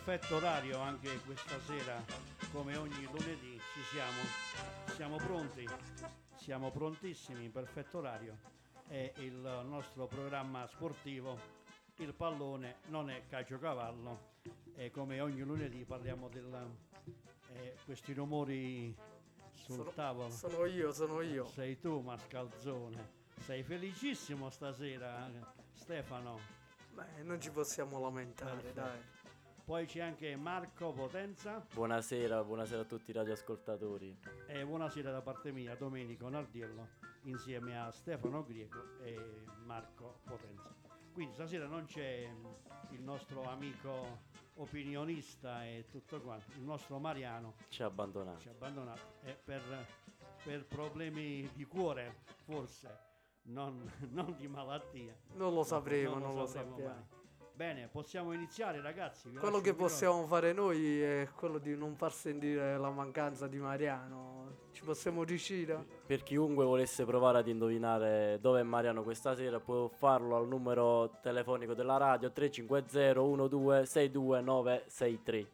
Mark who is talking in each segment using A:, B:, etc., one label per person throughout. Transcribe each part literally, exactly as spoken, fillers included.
A: perfetto orario anche questa sera, come ogni lunedì ci siamo, siamo pronti, siamo prontissimi in perfetto orario. È il nostro programma sportivo, il pallone non è calciocavallo, e come ogni lunedì parliamo di eh, questi rumori sul
B: sono,
A: tavolo.
B: Sono io, sono io.
A: Sei tu, Mascalzone. Sei felicissimo stasera, Stefano?
B: Beh, non ci possiamo lamentare,
A: Perfetto.
B: dai.
A: Poi c'è anche Marco Potenza.
C: Buonasera, buonasera a tutti i radioascoltatori.
A: E buonasera da parte mia, Domenico Nardiello, insieme a Stefano Grieco e Marco Potenza. Quindi stasera non c'è il nostro amico opinionista e tutto quanto, il nostro Mariano
C: Ci ha abbandonato.
A: ci ha abbandonato e per, per problemi di cuore, forse. Non, non di malattia.
B: Non lo sapremo,
A: non
B: non
A: lo
B: lo
A: sapremo
B: sappiamo.
A: mai. Bene, possiamo iniziare, ragazzi. Vi
B: Quello
A: lascio
B: che
A: il microfono.
B: possiamo fare noi è quello di non far sentire la mancanza di Mariano. Ci possiamo riuscire?
C: Per chiunque volesse provare ad indovinare dove è Mariano questa sera, può farlo al numero telefonico della radio tre cinque zero uno due sei due nove sei tre.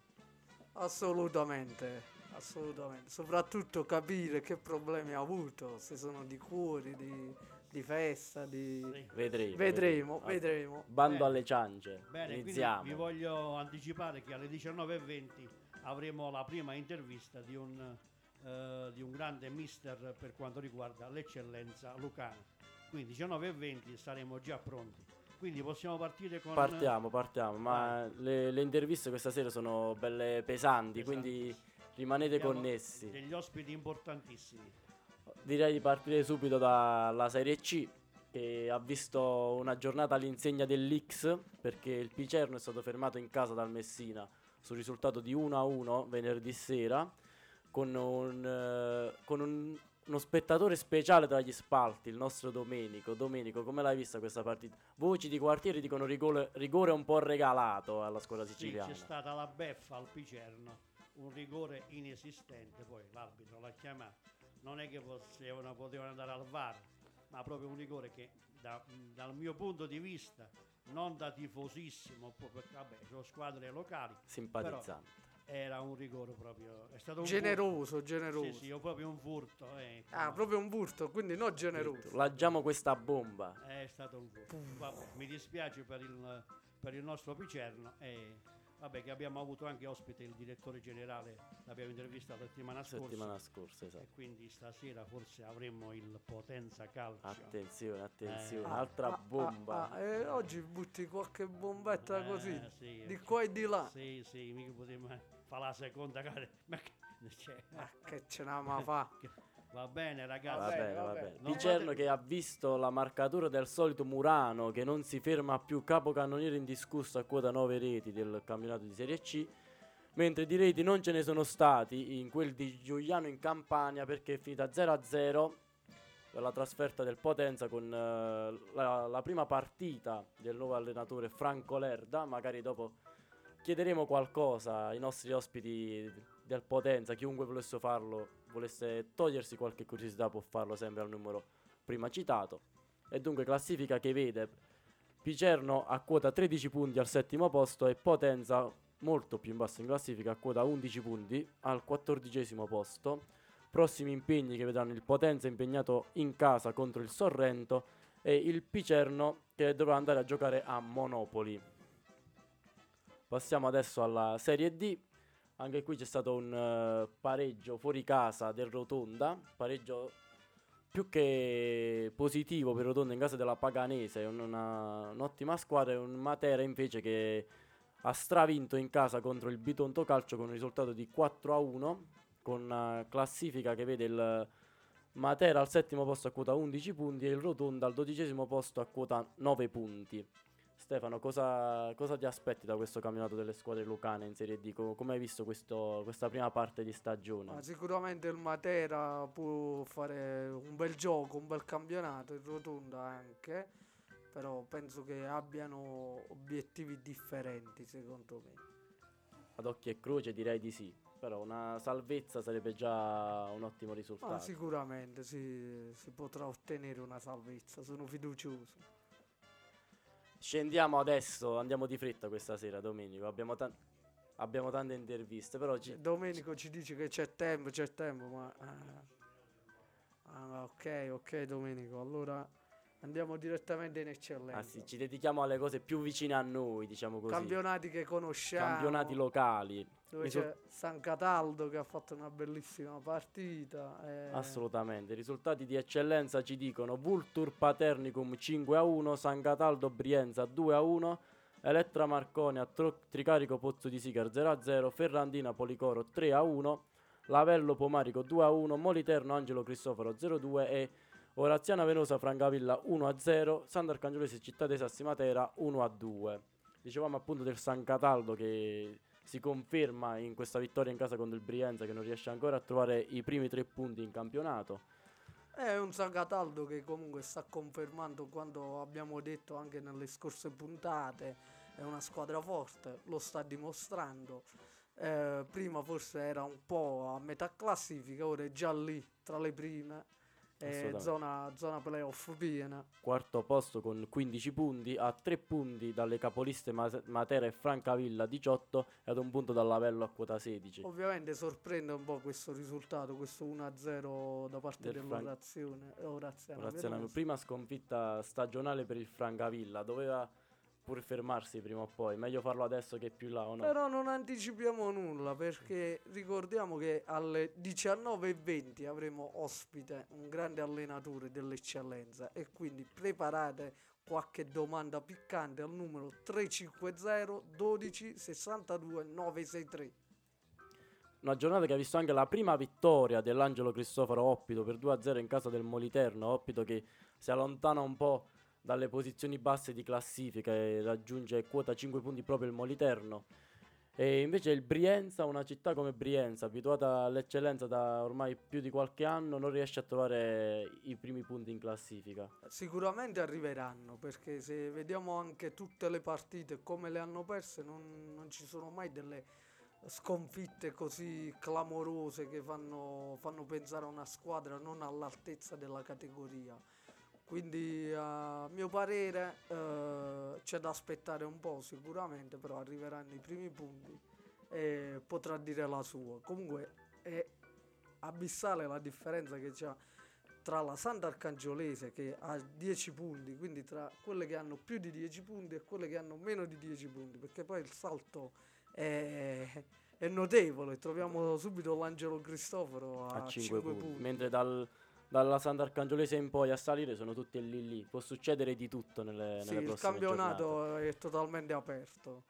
B: Assolutamente, assolutamente. Soprattutto capire che problemi ha avuto, se sono di cuore, di, di festa, di...
A: Sì.
C: Vedremo.
B: Vedremo,
C: Ah,
B: vedremo.
C: Bando
A: Bene.
C: alle ciance.
A: Bene,
C: Iniziamo.
A: quindi vi voglio anticipare che alle diciannove e venti avremo la prima intervista di un, eh, di un grande mister per quanto riguarda l'eccellenza lucana. Quindi diciannove e venti saremo già pronti. Quindi possiamo partire con...
C: Partiamo, partiamo, ma le, le interviste questa sera sono belle pesanti,
A: Pesanti.
C: quindi rimanete
A: Abbiamo
C: connessi.
A: degli ospiti importantissimi.
C: Direi di partire subito dalla Serie C, che ha visto una giornata all'insegna dell'X, perché il Picerno è stato fermato in casa dal Messina sul risultato di uno a uno venerdì sera, con un, eh, con un- uno spettatore speciale tra gli spalti, il nostro Domenico. Domenico, come l'hai vista questa partita? Voci di quartiere dicono rigore, rigore un po' regalato alla squadra
A: Sì,
C: siciliana.
A: c'è stata la beffa al Picerno, un rigore inesistente, poi l'arbitro l'ha chiamato. Non è che potevano, potevano andare al V A R, ma proprio un rigore che da- dal mio punto di vista, non da tifosissimo, po- perché vabbè, sono squadre locali,
C: Simpatizzante.
A: però era un rigore proprio, è stato un
B: Generoso,
A: furto.
B: generoso.
A: Sì, sì, o proprio un furto. Ecco,
B: Ah,
A: ma
B: proprio un furto, quindi non generoso.
C: Lanciamo questa bomba.
A: è stato un furto. Vabbè, mi dispiace per il, per il nostro Picerno e vabbè che abbiamo avuto anche ospite il direttore generale, l'abbiamo intervistato la settimana scorsa.
C: Settimana scorsa, esatto.
A: E quindi stasera forse avremo il Potenza Calcio.
C: Attenzione, attenzione,
A: Eh.
C: un'altra
B: Ah,
C: bomba.
B: ah, ah, e oggi butti qualche bombetta
A: Eh,
B: così,
A: sì,
B: di
A: cioè,
B: qua e di là.
A: Sì, sì, mica potremmo fare la seconda gara. Ma che, cioè,
B: Ah, che ce n'ha ma fa.
A: che- va bene ragazzi.
C: Va
B: Vabbè,
C: bene, va
B: vabbè.
C: bene.
A: Non
C: Picerno
A: fate-
C: che ha visto la marcatura del solito Murano, che non si ferma più, capocannoniere indiscusso a quota nove reti del campionato di Serie C, mentre di reti non ce ne sono stati in quel di Giuliano in Campania, perché è finita zero a zero per la trasferta del Potenza con eh, la, la prima partita del nuovo allenatore Franco Lerda. Magari dopo chiederemo qualcosa ai nostri ospiti del Potenza, chiunque volesse farlo, volesse togliersi qualche curiosità può farlo sempre al numero prima citato. E dunque classifica che vede Picerno a quota tredici punti al settimo posto e Potenza molto più in basso in classifica a quota undici punti al quattordicesimo posto. Prossimi impegni che vedranno il Potenza impegnato in casa contro il Sorrento e il Picerno che dovrà andare a giocare a Monopoli. Passiamo adesso alla Serie D. Anche qui c'è stato un eh, pareggio fuori casa del Rotonda, pareggio più che positivo per Rotonda in casa della Paganese, un- una- un'ottima squadra, e un Matera invece che ha stravinto in casa contro il Bitonto Calcio con un risultato di quattro a uno, con una classifica che vede il Matera al settimo posto a quota undici punti e il Rotonda al dodicesimo posto a quota nove punti. Stefano, cosa, cosa ti aspetti da questo campionato delle squadre lucane in Serie D? Co- Come hai visto questo- questa prima parte di stagione?
B: Ma sicuramente il Matera può fare un bel gioco, un bel campionato, il Rotonda anche, però penso che abbiano obiettivi differenti secondo me.
C: Ad occhio e croce direi di sì, però una salvezza sarebbe già un ottimo risultato.
B: Ma sicuramente si, si potrà ottenere una salvezza, sono fiducioso.
C: Scendiamo adesso, andiamo di fretta questa sera, Domenico. Abbiamo tan- abbiamo tante interviste, però ci,
B: Domenico ci dice che c'è tempo, c'è tempo, ma... ah, ah, ok, ok Domenico, allora andiamo direttamente in eccellenza.
C: ah sì, ci dedichiamo alle cose più vicine a noi, diciamo così.
B: Campionati che conosciamo.
C: Campionati locali.
B: Dove
C: Risul-
B: c'è San Cataldo che ha fatto una bellissima partita. eh,
C: Assolutamente, i risultati di eccellenza ci dicono Vultur Paternicum cinque a uno, San Cataldo Brienza due a uno, Elettra Marconia Tro- Tricarico Pozzo di Sicar zero a zero, Ferrandina Policoro tre a uno, Lavello Pomarico due a uno, Moliterno Angelo Cristoforo zero a due e Oraziana Venosa Francavilla uno a zero, Sant'Arcangiolese Città dei Sassi Matera uno a due. Dicevamo appunto del San Cataldo che si conferma in questa vittoria in casa contro il Brienza, che non riesce ancora a trovare i primi tre punti in campionato.
B: È un San Cataldo che comunque sta confermando quanto abbiamo detto anche nelle scorse puntate. È una squadra forte, lo sta dimostrando. Eh, prima forse era un po' a metà classifica, ora è già lì tra le prime. È
C: Assolutamente.
B: zona, zona playoff piena.
C: Quarto posto con quindici punti, a tre punti dalle capoliste Mas- Matera e Francavilla diciotto e ad un punto dall'Avello a quota sedici.
B: Ovviamente sorprende un po' questo risultato, questo uno a zero da parte
C: Del Fran-
B: dell'Orazione. Oraziana
C: Oraziana,
B: Venosa.
C: prima sconfitta stagionale per il Francavilla, doveva pur fermarsi prima o poi, meglio farlo adesso che più là o no?
B: Però non anticipiamo nulla perché ricordiamo che alle diciannove e venti avremo ospite un grande allenatore dell'eccellenza e quindi preparate qualche domanda piccante al numero tre cinque zero dodici sessantadue novecentosettantatré.
C: Una giornata che ha visto anche la prima vittoria dell'Angelo Cristoforo Oppito per due a zero in casa del Moliterno, Oppito che si allontana un po' dalle posizioni basse di classifica e raggiunge quota cinque punti proprio il Moliterno. E invece il Brienza, una città come Brienza, abituata all'eccellenza da ormai più di qualche anno, non riesce a trovare i primi punti in classifica.
B: Sicuramente arriveranno perché se vediamo anche tutte le partite come le hanno perse non, non ci sono mai delle sconfitte così clamorose che fanno, fanno pensare a una squadra non all'altezza della categoria. Quindi a mio parere eh, c'è da aspettare un po' sicuramente, però arriveranno i primi punti e potrà dire la sua. Comunque è abissale la differenza che c'è tra la Sant'Arcangiolese che ha dieci punti, quindi tra quelle che hanno più di dieci punti e quelle che hanno meno di dieci punti, perché poi il salto è, è notevole. Troviamo subito l'Angelo Cristoforo a,
C: A cinque
B: cinque
C: punti,
B: punti.
C: mentre dal, dalla Sant'Arcangiolese in poi a salire sono tutti lì lì. Può succedere di tutto nelle,
B: Sì,
C: nelle
B: il
C: prossime
B: campionato
C: giornate.
B: è totalmente aperto.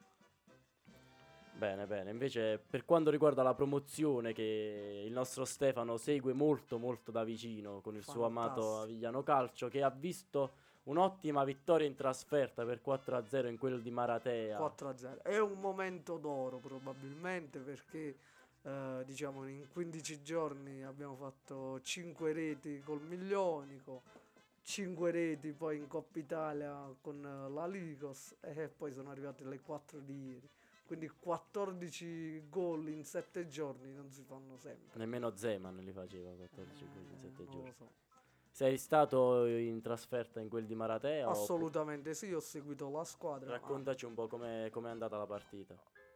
C: Bene, bene. Invece per quanto riguarda la promozione, che il nostro Stefano segue molto molto da vicino con il suo amato
B: Fantastico.
C: Avigliano Calcio, che ha visto un'ottima vittoria in trasferta per quattro a zero in quello di Maratea.
B: quattro a zero. È un momento d'oro probabilmente perché eh, diciamo in quindici giorni abbiamo fatto cinque reti col Miglionico, cinque reti poi in Coppa Italia con eh, la Ligos e poi sono arrivate le quattro di ieri. Quindi quattordici gol in sette giorni non si fanno sempre.
C: Nemmeno Zeman li faceva quattordici gol in
B: Eh,
C: sette
B: non
C: giorni.
B: lo so.
C: Sei stato in trasferta in quel di Maratea? o-
B: Assolutamente sì, ho seguito la squadra. ma-
C: Raccontaci un po' come è andata la partita.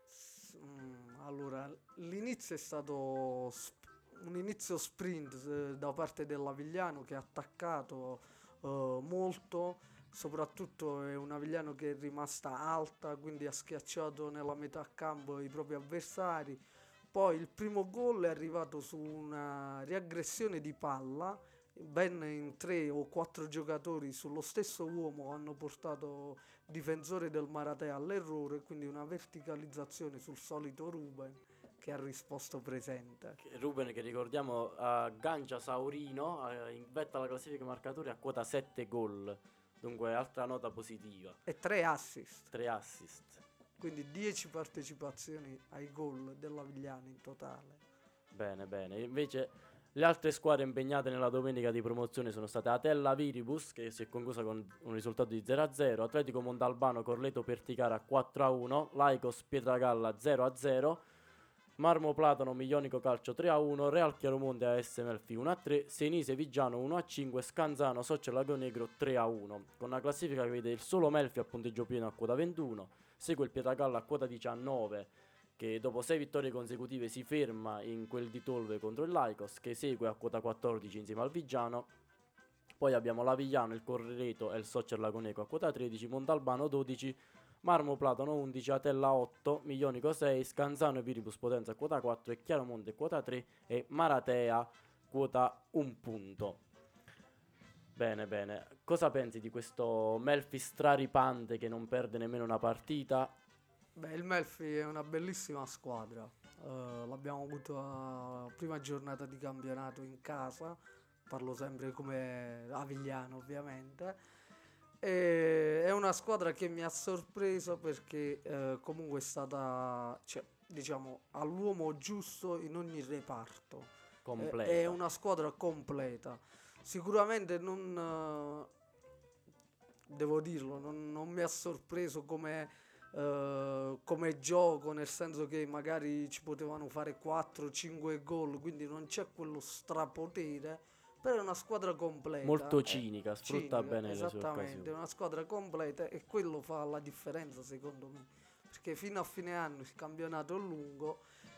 B: S- mm, allora, l'inizio è stato sp- un inizio sprint eh, da parte dell'Avigliano che ha attaccato eh, molto, soprattutto è un Avigliano che è rimasta alta, quindi ha schiacciato nella metà campo i propri avversari. Poi il primo gol è arrivato su una riaggressione di palla, ben in tre o quattro giocatori sullo stesso uomo hanno portato difensore del Maratea all'errore, quindi una verticalizzazione sul solito Ruben che ha risposto presente.
C: Che- Ruben, che ricordiamo aggancia Saurino, eh, in vetta alla classifica marcatori a quota sette gol, dunque altra nota positiva,
B: E tre assist,
C: tre assist.
B: quindi dieci partecipazioni ai gol dell'Avigliano in totale.
C: Bene, bene. Invece le altre squadre impegnate nella domenica di promozione sono state Atella Viribus, che si è conclusa con un risultato di zero a zero, Atletico Montalbano Corleto Perticara quattro a uno, Laicos Pietragalla zero a zero, Marmo Platano Miglionico Calcio tre a uno, Real Chiaromonte A S Melfi uno a tre, Senise Vigiano uno a cinque, Scanzano Socia Lago Negro tre a uno, con una classifica che vede il solo Melfi a punteggio pieno a quota ventuno, segue il Pietragalla a quota diciannove, che dopo sei vittorie consecutive si ferma in quel di Tolve contro il Lycos, che segue a quota quattordici insieme al Viggiano. Poi abbiamo l'Avigliano, il Correto e il Soccer Lagoneco a quota tredici, Montalbano dodici, Marmo Platano undici, Atella otto, Miglionico sei, Scanzano e Viribus Potenza a quota quattro e Chiaromonte quota tre e Maratea quota un punto. Bene, bene. Cosa pensi di questo Melfi straripante che non perde nemmeno una partita?
B: Beh, il Melfi è una bellissima squadra. Uh, l'abbiamo avuto a prima giornata di campionato in casa. Parlo sempre come Avigliano, ovviamente. E è una squadra che mi ha sorpreso perché uh, comunque è stata, cioè, diciamo, all'uomo giusto in ogni reparto.
C: Completa.
B: È, è una squadra completa. Sicuramente non, uh, devo dirlo, non, non mi ha sorpreso come, uh, come gioco, nel senso che magari ci potevano fare quattro cinque gol, quindi non c'è quello strapotere, però è una squadra completa.
C: Molto cinica,
B: eh,
C: sfrutta
B: cinica,
C: bene le sue
B: esattamente, è
C: occasioni.
B: una squadra completa e quello fa la differenza secondo me, perché fino a fine anno il campionato è lungo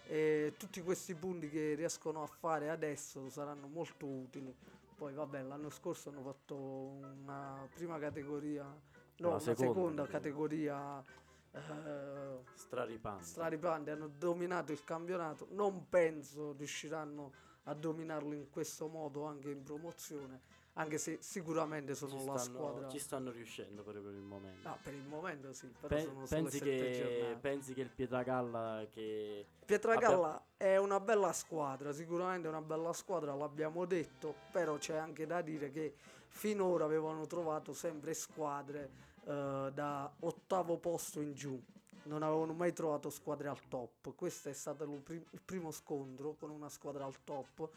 B: e tutti questi punti che riescono a fare adesso saranno molto utili. Poi vabbè, l'anno scorso hanno fatto una prima categoria, no,
C: Una
B: una
C: seconda
B: seconda, categoria eh,
C: Straripante.
B: straripante, hanno dominato il campionato. Non penso riusciranno a dominarlo in questo modo anche in promozione, anche se sicuramente sono
C: Ci
B: la
C: stanno,
B: squadra.
C: ci stanno riuscendo proprio per il momento.
B: No, per il momento sì, però
C: Pe-
B: sono solo
C: pensi,
B: sette
C: che,
B: giornate.
C: pensi che il Pietragalla che
B: Pietragalla è una bella squadra, sicuramente è una bella squadra, l'abbiamo detto, però c'è anche da dire che finora avevano trovato sempre squadre eh, da ottavo posto in giù, non avevano mai trovato squadre al top. Questo è stato il, prim- il primo scontro con una squadra al top,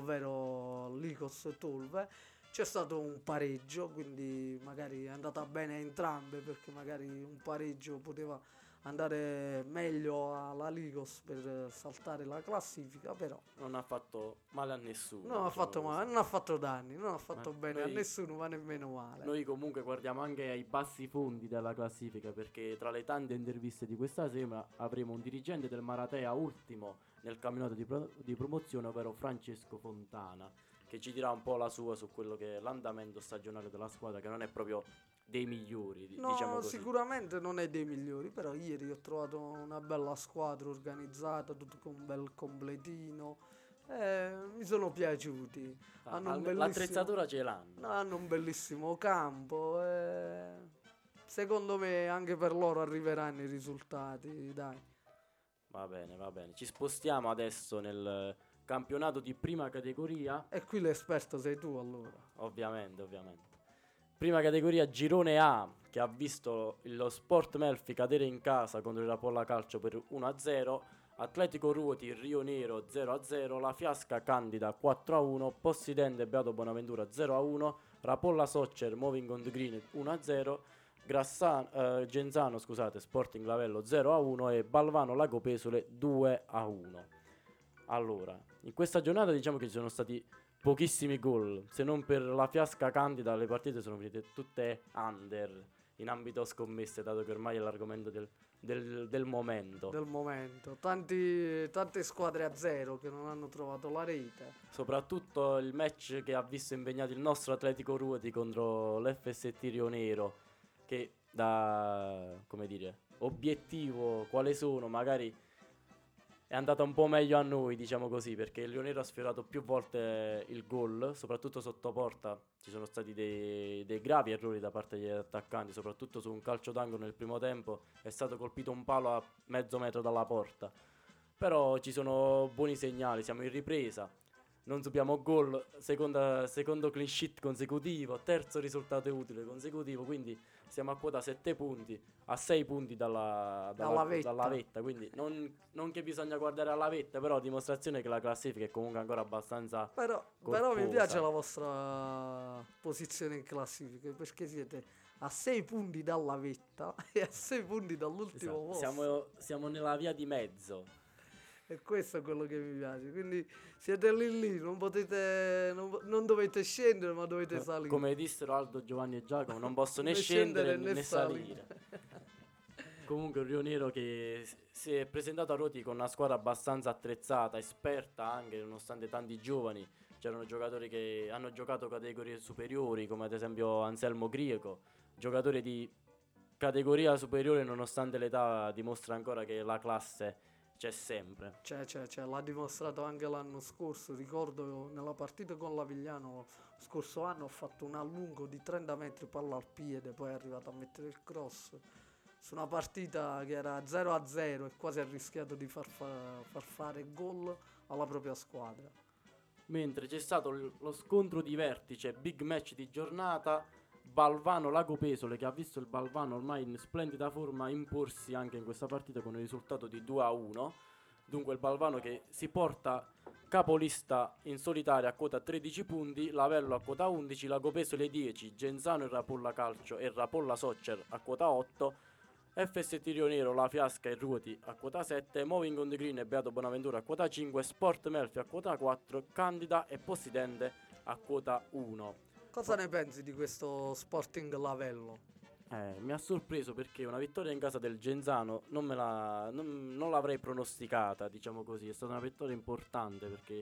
B: ovvero l'Icos Tolve. C'è stato un pareggio, quindi magari è andata bene a entrambe, perché magari un pareggio poteva andare meglio alla Ligos per saltare la classifica, però
C: non ha fatto male a nessuno.
B: non ha
C: diciamo
B: fatto
C: così.
B: male, non ha fatto danni, non ha fatto
C: Ma
B: bene
C: noi-
B: a nessuno, ma nemmeno male.
C: Noi comunque guardiamo anche ai bassi fondi della classifica, perché tra le tante interviste di questa sera avremo un dirigente del Maratea ultimo nel campionato di, pro- di promozione, ovvero Francesco Fontana, che ci dirà un po' la sua su quello che è l'andamento stagionale della squadra, che non è proprio dei migliori, di-
B: No,
C: diciamo così.
B: sicuramente non è dei migliori, però ieri ho trovato una bella squadra organizzata, tutto con un bel completino. Eh, mi sono piaciuti.
C: Ah,
B: hanno un
C: al-
B: bellissimo-
C: L'attrezzatura ce l'hanno.
B: Hanno un bellissimo campo. E secondo me anche per loro arriveranno i risultati. Dai.
C: Va bene, va bene. Ci spostiamo adesso nel campionato di prima categoria.
B: E qui l'esperto sei tu allora.
C: Ovviamente, ovviamente. Prima categoria girone A, che ha visto lo Sport Melfi cadere in casa contro il Rapolla Calcio per uno a zero, Atletico Ruoti Rio Nero zero a zero, La Fiasca Candida quattro a uno, Possidente Beato Bonaventura zero a uno, Rapolla Soccer Moving on the Green uno a zero, Grassano, eh, Genzano scusate, Sporting Lavello zero a uno e Balvano Lago Pesole due a uno. Allora, in questa giornata diciamo che ci sono stati pochissimi gol, se non per La Fiasca Candida le partite sono finite tutte under in ambito scommesse, dato che ormai è l'argomento del, del, del momento.
B: Del momento. Tanti, tante squadre a zero che non hanno trovato la rete.
C: Soprattutto il match che ha visto impegnato il nostro Atletico Ruoti contro l'F S T Rio Nero, che da, come dire, obiettivo quale sono, magari è andata un po' meglio a noi, diciamo così, perché il Rio Nero ha sfiorato più volte il gol, soprattutto sotto porta. Ci sono stati dei, dei gravi errori da parte degli attaccanti, soprattutto su un calcio d'angolo nel primo tempo è stato colpito un palo a mezzo metro dalla porta. Però ci sono buoni segnali, siamo in ripresa, non subiamo gol, seconda, secondo clean sheet consecutivo, terzo risultato utile consecutivo, quindi siamo a quota sette punti, a sei punti dalla, dalla,
B: Dalla vetta.
C: dalla vetta, quindi non, non che bisogna guardare alla vetta, però dimostrazione che la classifica è comunque ancora abbastanza
B: Però, però mi
C: corposa.
B: piace la vostra posizione in classifica, perché siete a sei punti dalla vetta e a sei punti dall'ultimo
C: Esatto,
B: posto.
C: siamo, siamo nella via di mezzo.
B: E questo è quello che mi piace. Quindi siete lì lì, non potete, non, non dovete scendere, ma dovete salire.
C: Come dissero Aldo, Giovanni e Giacomo, non posso né
B: Né
C: scendere
B: scendere,
C: né,
B: né
C: salire. Comunque un Rio Nero che s- si è presentato a Roti con una squadra abbastanza attrezzata, esperta anche, nonostante tanti giovani. C'erano giocatori che hanno giocato categorie superiori, come ad esempio Anselmo Grieco, giocatore di categoria superiore nonostante l'età dimostra ancora che la classe c'è sempre.
B: Cioè, cioè, cioè, l'ha dimostrato anche l'anno scorso. Ricordo nella partita con l'Avigliano scorso anno ha fatto un allungo di trenta metri palla al piede, poi è arrivato a mettere il cross su una partita che era zero a zero e quasi ha rischiato di far, fa- far fare gol alla propria squadra.
C: Mentre c'è stato l- lo scontro di vertice, big match di giornata, Balvano Lago Pesole, che ha visto il Balvano ormai in splendida forma imporsi anche in questa partita con il risultato di due a uno. Dunque il Balvano che si porta capolista in solitaria a quota tredici punti, Lavello a quota undici, Lago Pesole dieci, Genzano e Rapolla Calcio e Rapolla Soccer a quota otto, F S Rio Nero, La Fiasca e Ruoti a quota sette, Moving on the Green e Beato Bonaventura a quota cinque, Sport Melfi a quota quattro, Candida e Possidente a quota uno.
B: Cosa ne pensi di questo Sporting Lavello?
C: Eh, mi ha sorpreso perché una vittoria in casa del Genzano non, me la, non, non l'avrei pronosticata, diciamo così. È stata una vittoria importante perché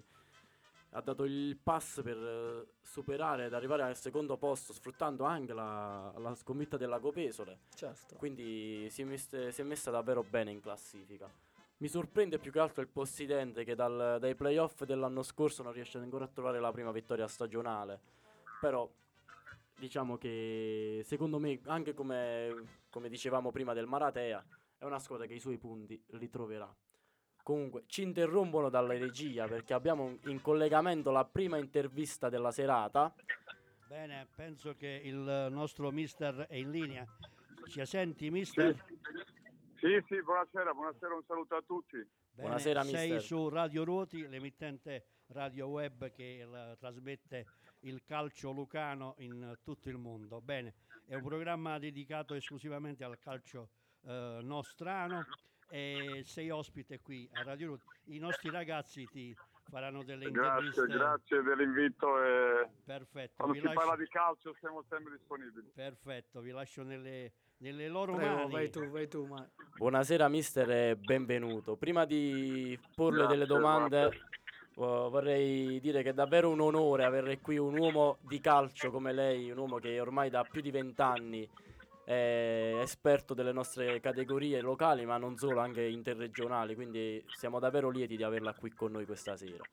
C: ha dato il pass per eh, superare ed arrivare al secondo posto, sfruttando anche la, la sconfitta della Copesole.
B: Certo.
C: Quindi si è, messe- si è messa davvero bene in classifica. Mi sorprende più che altro il Possidente che dal- dai playoff dell'anno scorso non riesce ancora a trovare la prima vittoria stagionale. Però diciamo che secondo me, anche come, come dicevamo prima del Maratea, è una squadra che i suoi punti li troverà. Comunque ci interrompono dalla regia perché abbiamo in collegamento la prima intervista della serata.
A: Bene, penso che il nostro mister è in linea. Ci senti, mister?
D: Sì, sì, buonasera, buonasera, un saluto a tutti.
A: Bene,
C: Buonasera,
A: sei
C: mister.
A: su Radio Ruoti, l'emittente radio web che la- trasmette il calcio lucano in tutto il mondo. Bene, è un programma dedicato esclusivamente al calcio eh, nostrano e sei ospite qui a Radio Ruoti. I nostri ragazzi ti faranno delle interviste.
D: Grazie, grazie dell'invito e
A: Perfetto,
D: quando
A: vi
D: si
A: lascio,
D: parla di calcio siamo sempre disponibili.
A: perfetto, vi lascio nelle, nelle loro
B: Prego,
A: mani.
B: vai tu, vai tu, ma
C: Buonasera mister e benvenuto. Prima di porle delle
D: Grazie,
C: domande
D: grazie.
C: vo- vorrei dire che è davvero un onore avere qui un uomo di calcio come lei, un uomo che ormai da più di vent'anni è esperto delle nostre categorie locali, ma non solo, anche interregionali, quindi siamo davvero lieti di averla qui con noi questa sera.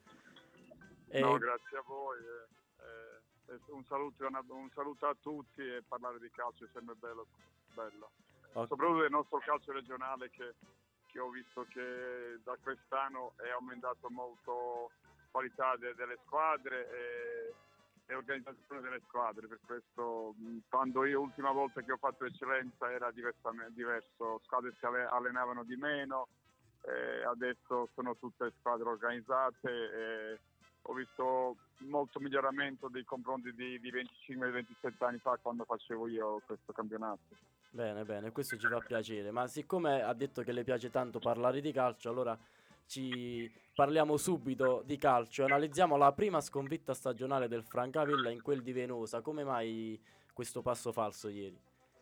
C: E
D: No, grazie a voi. eh, eh, un, saluto, una- un saluto a tutti e parlare di calcio è sempre bello. bello.
C: ok,
D: Soprattutto del nostro calcio regionale che, che ho visto che da quest'anno è aumentato molto qualità de- delle squadre e, e organizzazione delle squadre. Per questo mh, quando io l'ultima volta che ho fatto eccellenza era diversamente- diverso, squadre si alle- allenavano di meno, eh, adesso sono tutte squadre organizzate e ho visto molto miglioramento dei confronti di, di venticinque ventisette anni fa quando facevo io questo campionato.
C: bene, bene, questo ci fa piacere, ma siccome ha detto che le piace tanto parlare di calcio, allora ci parliamo subito di calcio, analizziamo la prima sconfitta stagionale del Francavilla in quel di Venosa. Come mai questo passo falso ieri?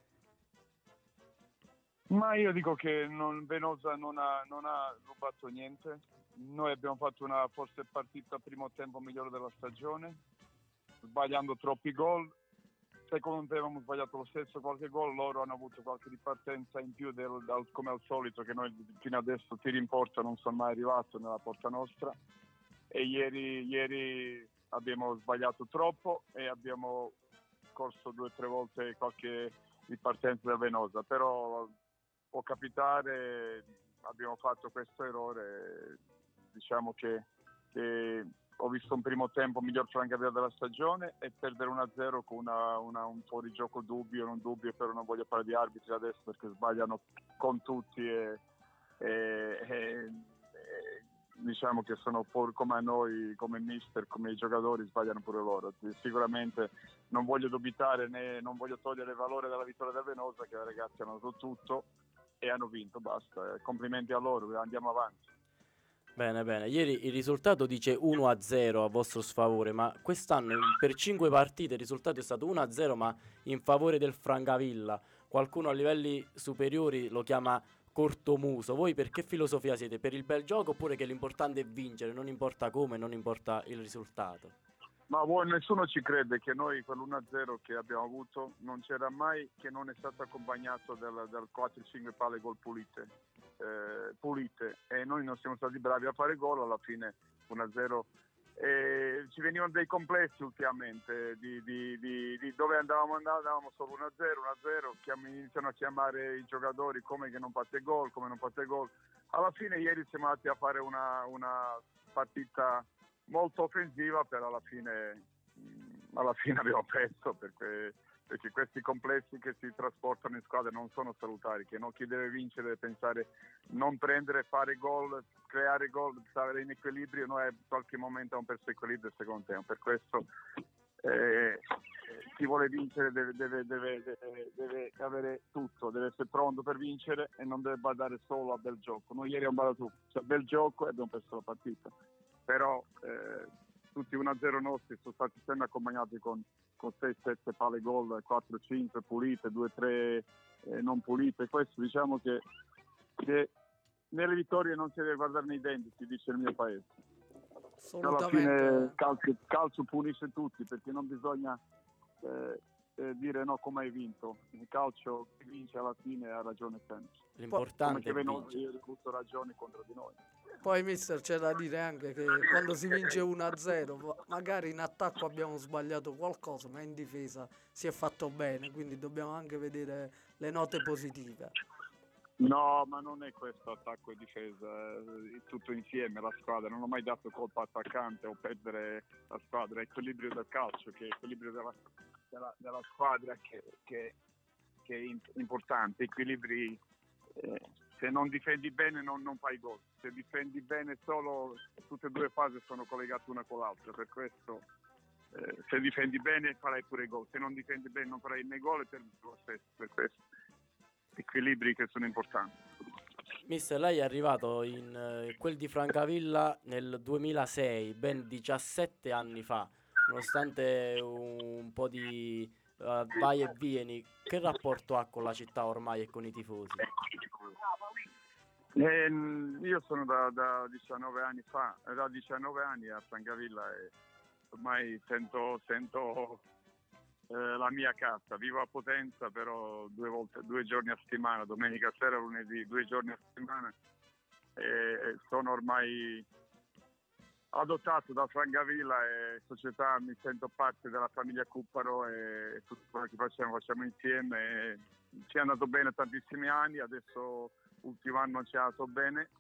D: Ma io dico che non, Venosa non ha, non ha rubato niente. Noi abbiamo fatto una forse partita primo tempo migliore della stagione, sbagliando troppi gol. Secondo te avevamo sbagliato lo stesso qualche gol, loro hanno avuto qualche ripartenza in più del, dal- come al solito, che noi fino adesso tiri in porta non sono mai arrivato nella porta nostra. E ieri, ieri abbiamo sbagliato troppo e abbiamo corso due o tre volte qualche ripartenza da Venosa, però può capitare, abbiamo fatto questo errore, diciamo che, che ho visto un primo tempo miglior Francavilla della stagione e perdere uno a zero con una, una, un fuorigioco dubbio, non dubbio, però non voglio parlare di arbitri adesso perché sbagliano con tutti e, e, e- e diciamo che sono por- come a noi, come mister, come i giocatori sbagliano pure loro. Sicuramente non voglio dubitare né non voglio togliere valore dalla vittoria del Venosa, che i ragazzi hanno dato tutto e hanno vinto, basta. Eh, Complimenti a loro, andiamo avanti.
C: Bene, bene. Ieri il risultato dice uno a zero a vostro sfavore, ma quest'anno in- per cinque partite il risultato è stato uno a zero, ma in favore del Francavilla. qualcuno a livelli superiori lo chiama cortomuso. Voi per che filosofia siete? Per il bel gioco oppure che l'importante è vincere, non importa come, non importa il risultato?
D: Ma voi, nessuno ci crede che noi quell'uno a zero che abbiamo avuto non c'era mai che non è stato accompagnato dal, dal quattro cinque palle gol pulite, eh, pulite e noi non siamo stati bravi a fare gol, alla fine uno a zero. E ci venivano dei complessi ultimamente di, di, di, di dove andavamo, andavamo solo uno a zero, uno a zero, chiam- iniziano a chiamare i giocatori come che non fate gol, come non fate gol. Alla fine ieri siamo andati a fare una, una partita molto offensiva, però alla fine, mh, alla fine abbiamo perso perché, perché questi complessi che si trasportano in squadra non sono salutari, che non chi deve vincere deve pensare non prendere, fare gol, creare gol, stare in equilibrio. Noi in qualche momento abbiamo perso equilibrio il secondo tempo, per questo eh, chi vuole vincere deve, deve, deve, deve, deve avere tutto, deve essere pronto per vincere e non deve badare solo a bel gioco. Noi ieri abbiamo badato a bel gioco e abbiamo perso la partita, però eh, tutti uno a zero nostri sono stati sempre accompagnati con, con sei sette palle gol, quattro cinque pulite, due tre eh, non pulite. Questo diciamo che, che nelle vittorie non si deve guardare nei denti, si dice nel mio paese. Alla fine calcio, calcio punisce tutti, perché non bisogna eh, eh, dire no come hai vinto. Il calcio chi vince alla fine ha ragione sempre.
C: L'importante
D: come
C: è
D: che
C: vincere.
D: Io ho avuto ragione contro di noi.
B: Poi mister c'è da dire anche che quando si vince uno a zero magari in attacco abbiamo sbagliato qualcosa, ma in difesa si è fatto bene, quindi dobbiamo anche vedere le note positive.
D: No, ma non è questo attacco e difesa, è tutto insieme la squadra. Non ho mai dato colpa attaccante o perdere la squadra, è equilibrio del calcio, che è equilibrio della, della, della squadra che, che, che è importante. Equilibri, eh, se non difendi bene non, non fai gol, se difendi bene solo, tutte e due le fasi sono collegate una con l'altra, per questo eh, se difendi bene farai pure gol, se non difendi bene non farai né gol e perdi lo stesso, per questo equilibri che sono importanti.
C: Mister, lei è arrivato in eh, quel di Francavilla nel duemilasei, ben diciassette anni fa, nonostante un po' di uh, vai e vieni. Che rapporto ha con la città ormai e con i tifosi?
D: Eh, io sono da, da diciannove anni fa, da diciannove anni a Francavilla e ormai sento, sento eh, la mia casa. Vivo a Potenza, però due volte, due giorni a settimana, domenica sera, lunedì, due giorni a settimana. E sono ormai adottato da Francavilla e società, mi sento parte della famiglia Cupparo e tutto quello che facciamo facciamo insieme. E ci è andato bene tantissimi anni, adesso ultimo anno ci è andato bene.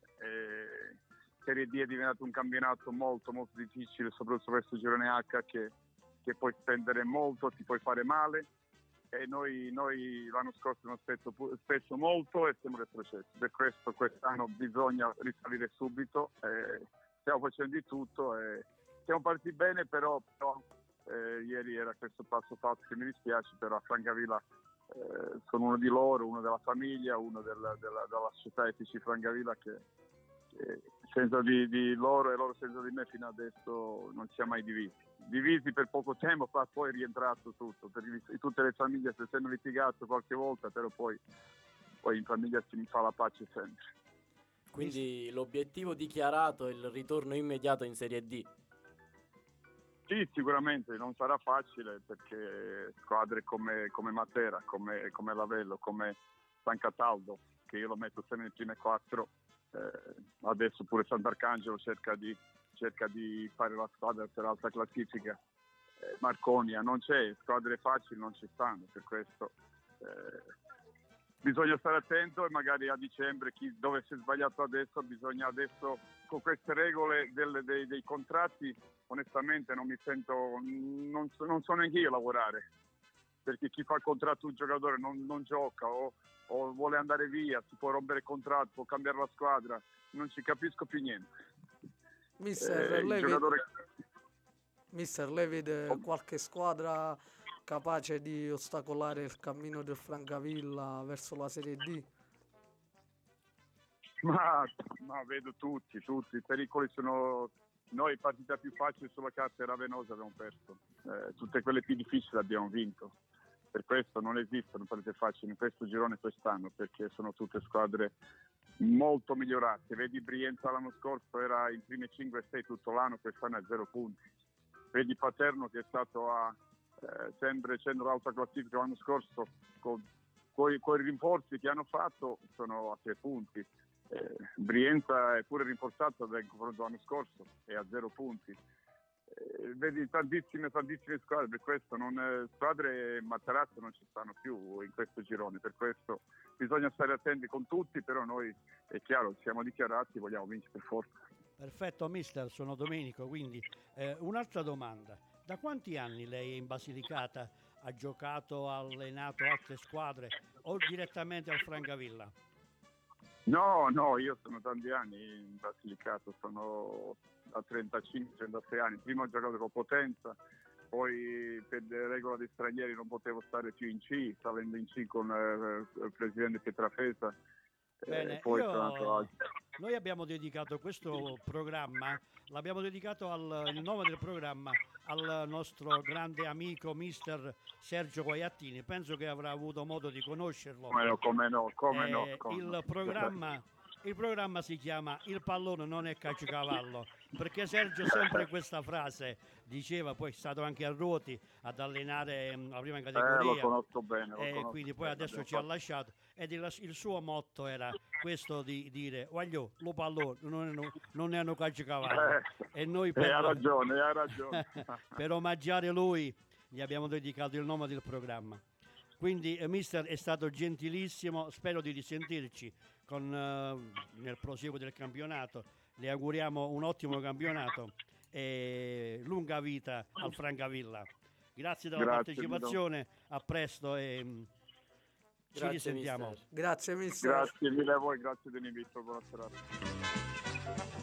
D: E Serie D è diventato un campionato molto molto difficile, soprattutto questo girone H che, che puoi spendere molto, ti puoi fare male. E noi, noi l'anno scorso abbiamo speso, speso molto e siamo retrocessi. Per questo quest'anno bisogna risalire subito. Eh, stiamo facendo di tutto e siamo partiti bene, però, però eh, ieri era questo passo falso che mi dispiace, però a Francavilla eh, sono uno di loro, uno della famiglia, uno della, della, della società F C Francavilla che, che senza di, di loro e loro senza di me fino adesso non ci siamo mai divisi. Divisi per poco tempo, ma poi è rientrato tutto, perché tutte le famiglie si sono litigato qualche volta, però poi, poi in famiglia si fa la pace sempre.
C: Quindi l'obiettivo dichiarato è il ritorno immediato in Serie D.
D: Sì, sicuramente non sarà facile perché squadre come, come Matera, come, come Lavello, come San Cataldo, che io lo metto sempre nelle prime quattro, eh, adesso pure Sant'Arcangelo cerca di cerca di fare la squadra per alta classifica, eh, Marconia non c'è, squadre facili non ci stanno, per questo eh, bisogna stare attento e magari a dicembre chi dove si è sbagliato adesso bisogna adesso con queste regole del, dei, dei contratti onestamente non mi sento, non, non so neanche io lavorare, perché chi fa il contratto un giocatore non, non gioca o, o vuole andare via, si può rompere il contratto, può cambiare la squadra, non ci capisco più niente.
B: Mister,
D: Eh,
B: lei,
D: giocatore...
B: vede, Mister, lei vede qualche squadra capace di ostacolare il cammino del Francavilla verso la Serie D?
D: Ma, ma vedo tutti, tutti. I pericoli sono... Noi partita più facile sulla carta era Venosa abbiamo perso. Eh, tutte quelle più difficili abbiamo vinto. Per questo non esistono partite facili in questo girone quest'anno, perché sono tutte squadre molto migliorate. Vedi Brienza l'anno scorso era in prime cinque sei tutto l'anno, quest'anno è a zero punti. Vedi Paterno che è stato a eh, sempre centro alta classifica l'anno scorso, con i rinforzi che hanno fatto sono a tre punti. Eh, Brienza è pure rinforzata dal confronto l'anno scorso, è a zero punti. Eh, vedi tantissime tantissime squadre, per questo non, eh, squadre Matarazzo non ci stanno più in questo girone, per questo bisogna stare attenti con tutti, però noi è chiaro, siamo dichiarati, vogliamo vincere per forza.
A: Perfetto mister, sono Domenico, quindi eh, un'altra domanda: da quanti anni lei è in Basilicata? Ha giocato, ha allenato altre squadre o direttamente al Francavilla?
D: No, no, io sono tanti anni in Basilicata, sono da trentacinque trentasei anni. Prima ho giocato con Potenza, poi per regola dei stranieri non potevo stare più in C, salendo in C con eh, il presidente Pietrafesa.
A: Bene,
D: eh, poi
A: io,
D: a...
A: noi abbiamo dedicato questo programma, l'abbiamo dedicato al il nome del programma al nostro grande amico mister Sergio Guaiattini. Penso che avrà avuto modo di conoscerlo.
D: Come no, come no, come
A: eh,
D: no. Come
A: il,
D: no.
A: programma, il programma si chiama Il pallone non è calciocavallo, perché Sergio sempre questa frase diceva, poi è stato anche a Ruoti ad allenare mh, la prima categoria.
D: Eh, lo conosco bene. Lo
A: e
D: conosco
A: quindi poi
D: bene,
A: adesso ci ha lasciato, ed il, il suo motto era questo di dire voglio lo pallone non è, non è un calciocavallo,
D: Eh,
A: e noi
D: eh,
A: per,
D: ha ragione, ha ragione.
A: per omaggiare lui gli abbiamo dedicato il nome del programma. Quindi eh, mister è stato gentilissimo, spero di risentirci con, eh, nel proseguo del campionato. Le auguriamo un ottimo campionato e lunga vita al Francavilla. Grazie della
D: Grazie,
A: partecipazione, a presto e mh, ci
C: Grazie,
A: risentiamo.
C: mister.
B: Grazie mister.
D: Grazie mille a voi, grazie dell'invito, buona serata.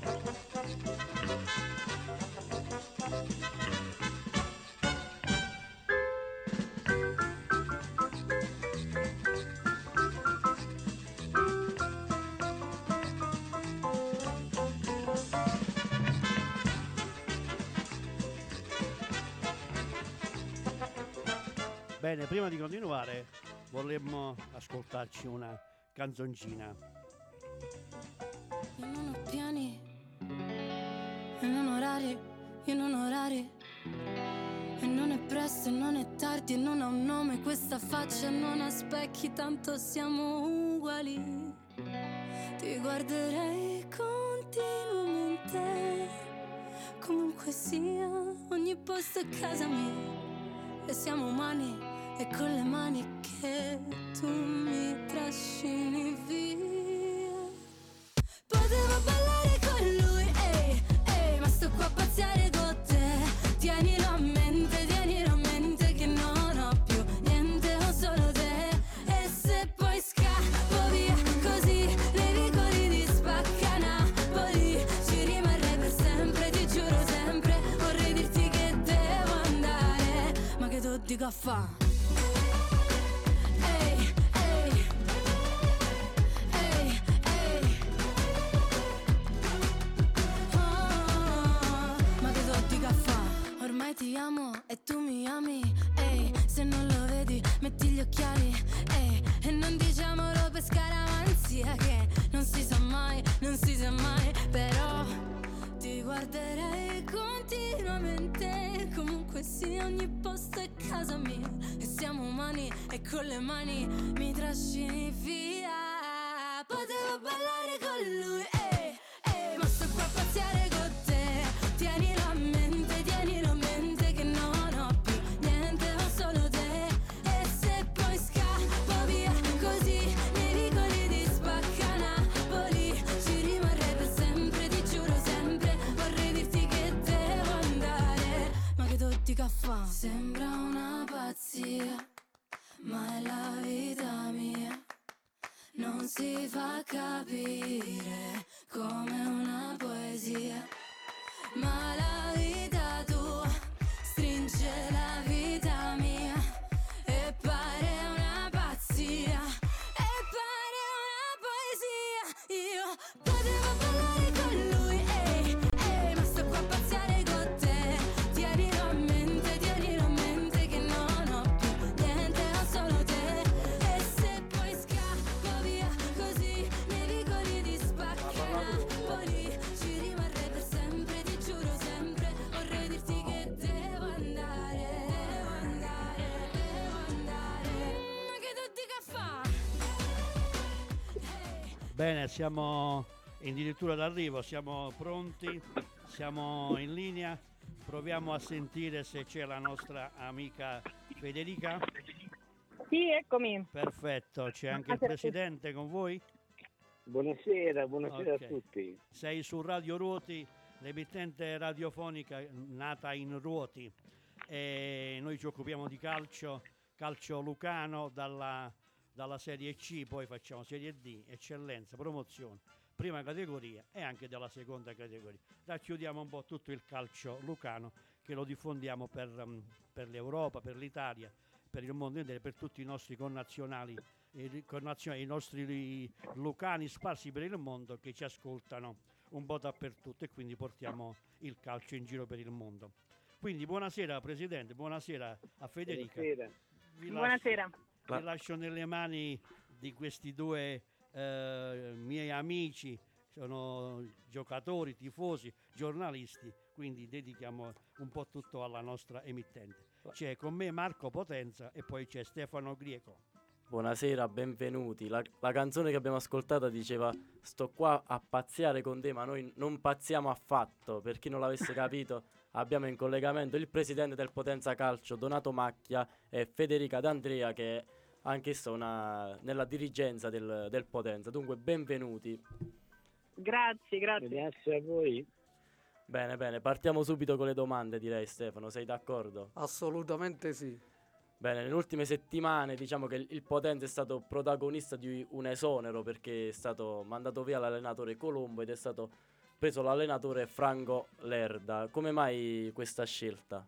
A: Bene, prima di continuare vorremmo ascoltarci una canzoncina.
E: Io non ho piani, e non orari, io non orari. E non è presto e non è tardi e non ha un nome questa faccia, non ha specchi, tanto siamo uguali. Ti guarderei continuamente, comunque sia, ogni posto è casa mia. E siamo umani e con le mani che tu mi trascini via. Potevo ballare con lui, ehi, ehi, ma sto qua a pazziare con te. Tienilo a mente, tienilo a mente che non ho più niente, ho solo te. E se poi scappo via così, nei vicoli di Spacca Napoli, ci rimarrei per sempre, ti giuro sempre. Vorrei dirti che devo andare, ma che tu dico a fa'? Ti amo e tu mi ami, ehi, se non lo vedi metti gli occhiali, ehi, e non diciamolo per scaramanzia che non si sa mai, non si sa mai, però ti guarderei continuamente, comunque sia, ogni posto è casa mia, e siamo umani e con le mani mi trascini via. Potevo ballare con lui, ehi, ehi, ma sto qua a pazziare con te, tienilo a mente, tienilo a mente. Sembra una pazzia, ma è la vita mia. Non si fa capire come una poesia, ma la vita tua stringe la vita mia e pare una pazzia, e pare una poesia. Io potevo ballare con lui, ehi, ehi, ma sto qua a pazziare con te. Tienilo a mente, tienilo a mente che non ho più niente, ho
A: Bene, siamo addirittura d'arrivo, siamo pronti, siamo in linea. Proviamo a sentire se c'è la nostra amica Federica.
F: Sì, eccomi.
A: Perfetto, c'è anche il presidente con voi?
G: Buonasera, buonasera
A: Ok.
G: a tutti.
A: Sei su Radio Ruoti, l'emittente radiofonica nata in Ruoti. E noi ci occupiamo di calcio, calcio lucano dalla, dalla Serie C, poi facciamo Serie D, eccellenza, promozione, prima categoria e anche della seconda categoria. Racchiudiamo un po' tutto il calcio lucano che lo diffondiamo per, um, per l'Europa, per l'Italia, per il mondo intero, per tutti i nostri connazionali, i, connazionali, i nostri lucani sparsi per il mondo che ci ascoltano un po' dappertutto, e quindi portiamo il calcio in giro per il mondo. Quindi buonasera Presidente, buonasera a Federica.
G: Buonasera.
A: Vi
F: Buonasera.
A: Lascio, vi lascio nelle mani di questi due eh, miei amici, sono giocatori, tifosi, giornalisti, quindi dedichiamo un po' tutto alla nostra emittente. C'è con me Marco Potenza e poi c'è Stefano Grieco.
C: Buonasera, benvenuti. La, la canzone che abbiamo ascoltato diceva sto qua a pazziare con te, ma noi non pazziamo affatto. Per chi non l'avesse capito, abbiamo in collegamento il presidente del Potenza Calcio, Donato Macchia, e Federica D'Andrea, che è anch'essa una, nella dirigenza del, del Potenza. Dunque, benvenuti.
F: Grazie, grazie.
G: Grazie a voi.
C: Bene, bene, partiamo subito con le domande, direi. Stefano, sei d'accordo?
B: Assolutamente sì.
C: Bene, nelle ultime settimane diciamo che il, il Potenza è stato protagonista di un esonero, perché è stato mandato via l'allenatore Colombo ed è stato preso l'allenatore Franco Lerda. Come mai questa scelta?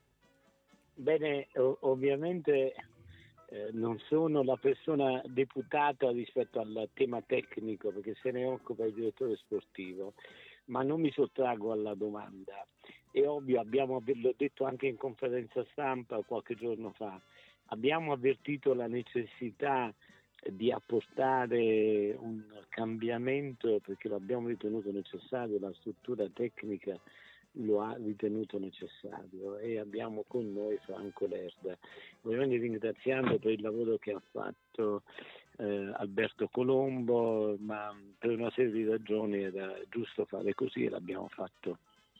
G: Bene, o- ovviamente eh, non sono la persona deputata rispetto al tema tecnico, perché se ne occupa il direttore sportivo, ma non mi sottraggo alla domanda. È ovvio, abbiamo, l'ho detto anche in conferenza stampa qualche giorno fa, abbiamo avvertito la necessità di apportare un cambiamento, perché lo abbiamo ritenuto necessario, la struttura tecnica lo ha ritenuto necessario, e abbiamo con noi Franco Lerda, ovviamente ringraziando per il lavoro che ha fatto eh, Alberto Colombo, ma per una serie di ragioni era giusto fare così e l'abbiamo fatto.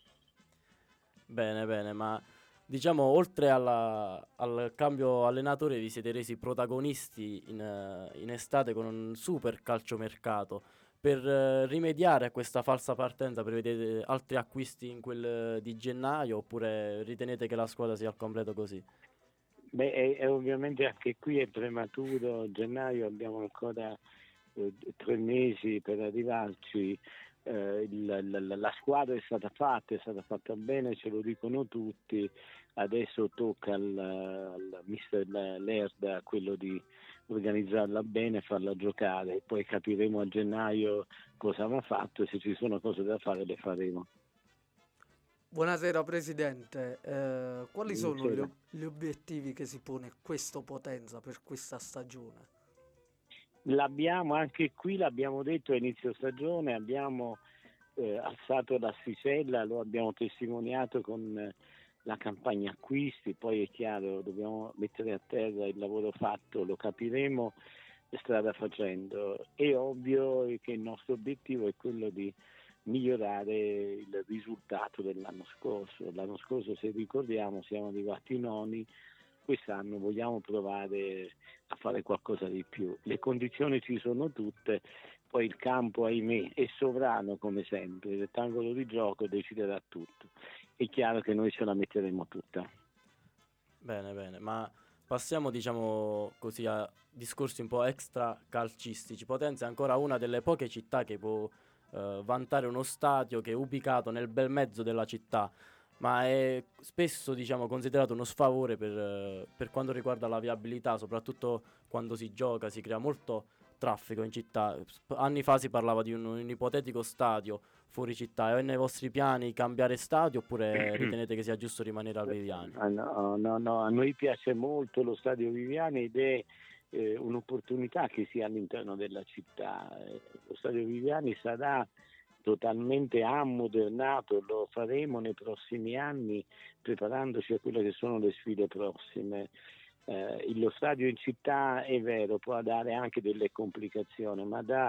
C: Bene, bene, ma diciamo oltre alla, al cambio allenatore vi siete resi protagonisti in, eh, in estate con un super calciomercato. Per eh, rimediare a questa falsa partenza prevedete altri acquisti in quel eh, di gennaio, oppure ritenete che la squadra sia al completo così?
G: Beh, è, è ovviamente anche qui è prematuro, gennaio abbiamo ancora eh, tre mesi per arrivarci. Eh, il, la, la squadra è stata fatta, è stata fatta bene, ce lo dicono tutti. Adesso tocca al, al mister Lerda quello di organizzarla bene, farla giocare, poi capiremo a gennaio cosa va fatto e se ci sono cose da fare le faremo.
B: Buonasera Presidente, eh, quali sono gli,
G: Buonasera.
B: ob- gli obiettivi che si pone questo Potenza per questa stagione?
G: L'abbiamo anche qui, l'abbiamo detto a inizio stagione, abbiamo eh, alzato l'asticella, lo abbiamo testimoniato con eh, la campagna acquisti, poi è chiaro dobbiamo mettere a terra il lavoro fatto, lo capiremo strada facendo. È ovvio che il nostro obiettivo è quello di migliorare il risultato dell'anno scorso. L'anno scorso, se ricordiamo, siamo arrivati noni. Quest'anno vogliamo provare a fare qualcosa di più. Le condizioni ci sono tutte, poi il campo, ahimè, è sovrano come sempre, il rettangolo di gioco deciderà tutto. È chiaro che noi ce la metteremo tutta.
C: Bene, bene, ma passiamo diciamo così a discorsi un po' extra calcistici. Potenza è ancora una delle poche città che può eh, vantare uno stadio che è ubicato nel bel mezzo della città, ma è spesso diciamo considerato uno sfavore per, eh, per quanto riguarda la viabilità, soprattutto quando si gioca, si crea molto traffico in città. Sp- anni fa si parlava di un, un ipotetico stadio fuori città. È nei vostri piani cambiare stadio, oppure ritenete che sia giusto rimanere al Viviani?
G: Ah, no, no, no, a noi piace molto lo stadio Viviani ed è eh, un'opportunità che sia all'interno della città. Eh, lo stadio Viviani sarà totalmente ammodernato, lo faremo nei prossimi anni preparandoci a quelle che sono le sfide prossime. Eh, lo stadio in città è vero, può dare anche delle complicazioni, ma dà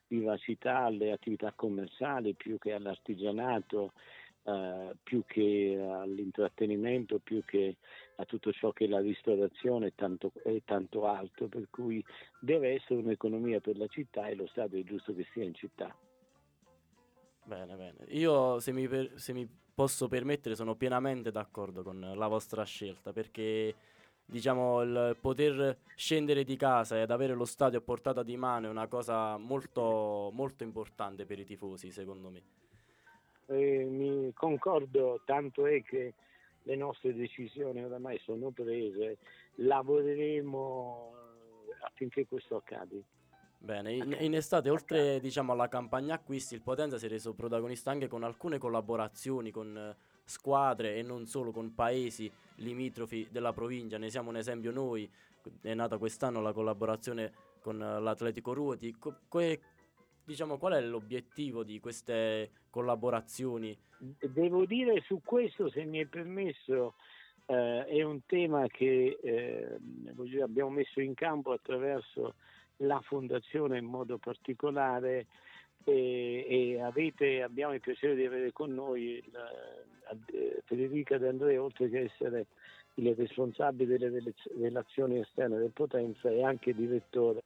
G: vivacità alle attività commerciali più che all'artigianato, eh, più che all'intrattenimento, più che a tutto ciò che è la ristorazione e tanto, e tanto altro, per cui deve essere un'economia per la città e lo stadio è giusto che sia in città.
C: Bene, bene. Io, se mi, per- se mi posso permettere, sono pienamente d'accordo con la vostra scelta, perché diciamo il poter scendere di casa ed avere lo stadio a portata di mano è una cosa molto, molto importante per i tifosi, secondo me.
G: Eh, mi concordo, tanto è che le nostre decisioni oramai sono prese, lavoreremo affinché questo accada.
C: Bene, in, in estate, oltre diciamo alla campagna acquisti, il Potenza si è reso protagonista anche con alcune collaborazioni con eh, squadre e non solo con paesi limitrofi della provincia. Ne siamo un esempio noi, è nata quest'anno la collaborazione con eh, l'Atletico Ruoti. Co- que- diciamo, qual è l'obiettivo di queste collaborazioni?
G: Devo dire su questo, se mi è permesso, eh, è un tema che eh, voglio dire, abbiamo messo in campo attraverso la fondazione in modo particolare e, e avete, abbiamo il piacere di avere con noi la, eh, Federica De Andrea, oltre che essere il responsabile delle relaz- relazioni esterne del Potenza e anche direttore.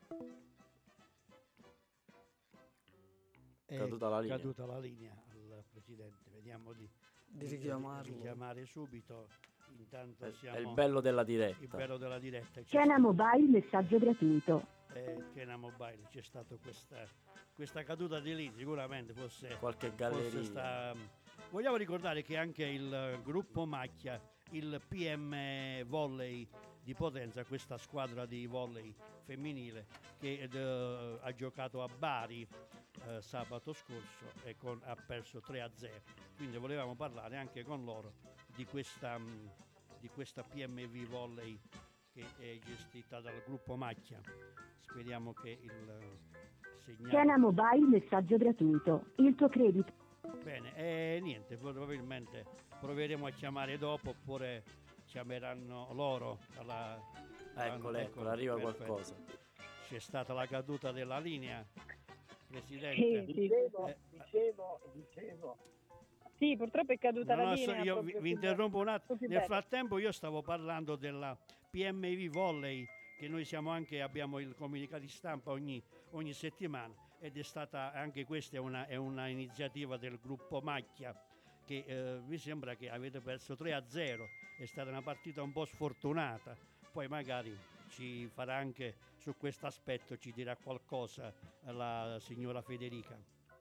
A: È
C: Caduta la linea.
A: caduta la linea al Presidente, vediamo di,
B: Di richiamarlo.
A: richiamare subito. Intanto
C: È,
A: siamo
C: è il bello della
A: il
C: diretta.
A: bello della diretta. C'è
H: Cena
A: sta-
H: Mobile, messaggio gratuito.
A: eh, Cena Mobile, c'è stata questa, questa caduta di lì, sicuramente forse,
C: Qualche
A: forse
C: galleria.
A: sta... Vogliamo ricordare che anche il gruppo Macchia, il P M Volley di Potenza, questa squadra di volley femminile che eh, ha giocato a Bari eh, sabato scorso e con- ha perso tre a zero. Quindi volevamo parlare anche con loro di questa, mh, di questa P M V Volley che è gestita dal gruppo Macchia. Speriamo che il eh, segnale...
H: Cena Mobile, messaggio gratuito. Il tuo credito.
A: Bene, e niente, probabilmente proveremo a chiamare dopo oppure chiameranno loro. Alla,
C: Eccola,
A: ecco,
C: eccola, arriva
A: perfetto.
C: qualcosa.
A: C'è stata la caduta della linea,
F: Sì,
A: Presidente.
F: sì.
G: Dicevo,
A: Eh,
G: dicevo, dicevo.
F: Sì, purtroppo è caduta
A: No,
F: la
A: no, so-
F: linea.
A: io vi,
F: proprio
A: vi
F: sul-
A: interrompo un attimo.
F: sul
A: Nel
F: bello.
A: frattempo io stavo parlando della P M V Volley, che noi siamo anche, abbiamo il comunicato di stampa ogni, ogni settimana, ed è stata anche questa è una, è una iniziativa del gruppo Macchia, che eh, mi sembra che avete perso tre a zero, è stata una partita un po' sfortunata, poi magari ci farà anche su questo aspetto, ci dirà qualcosa la signora Federica.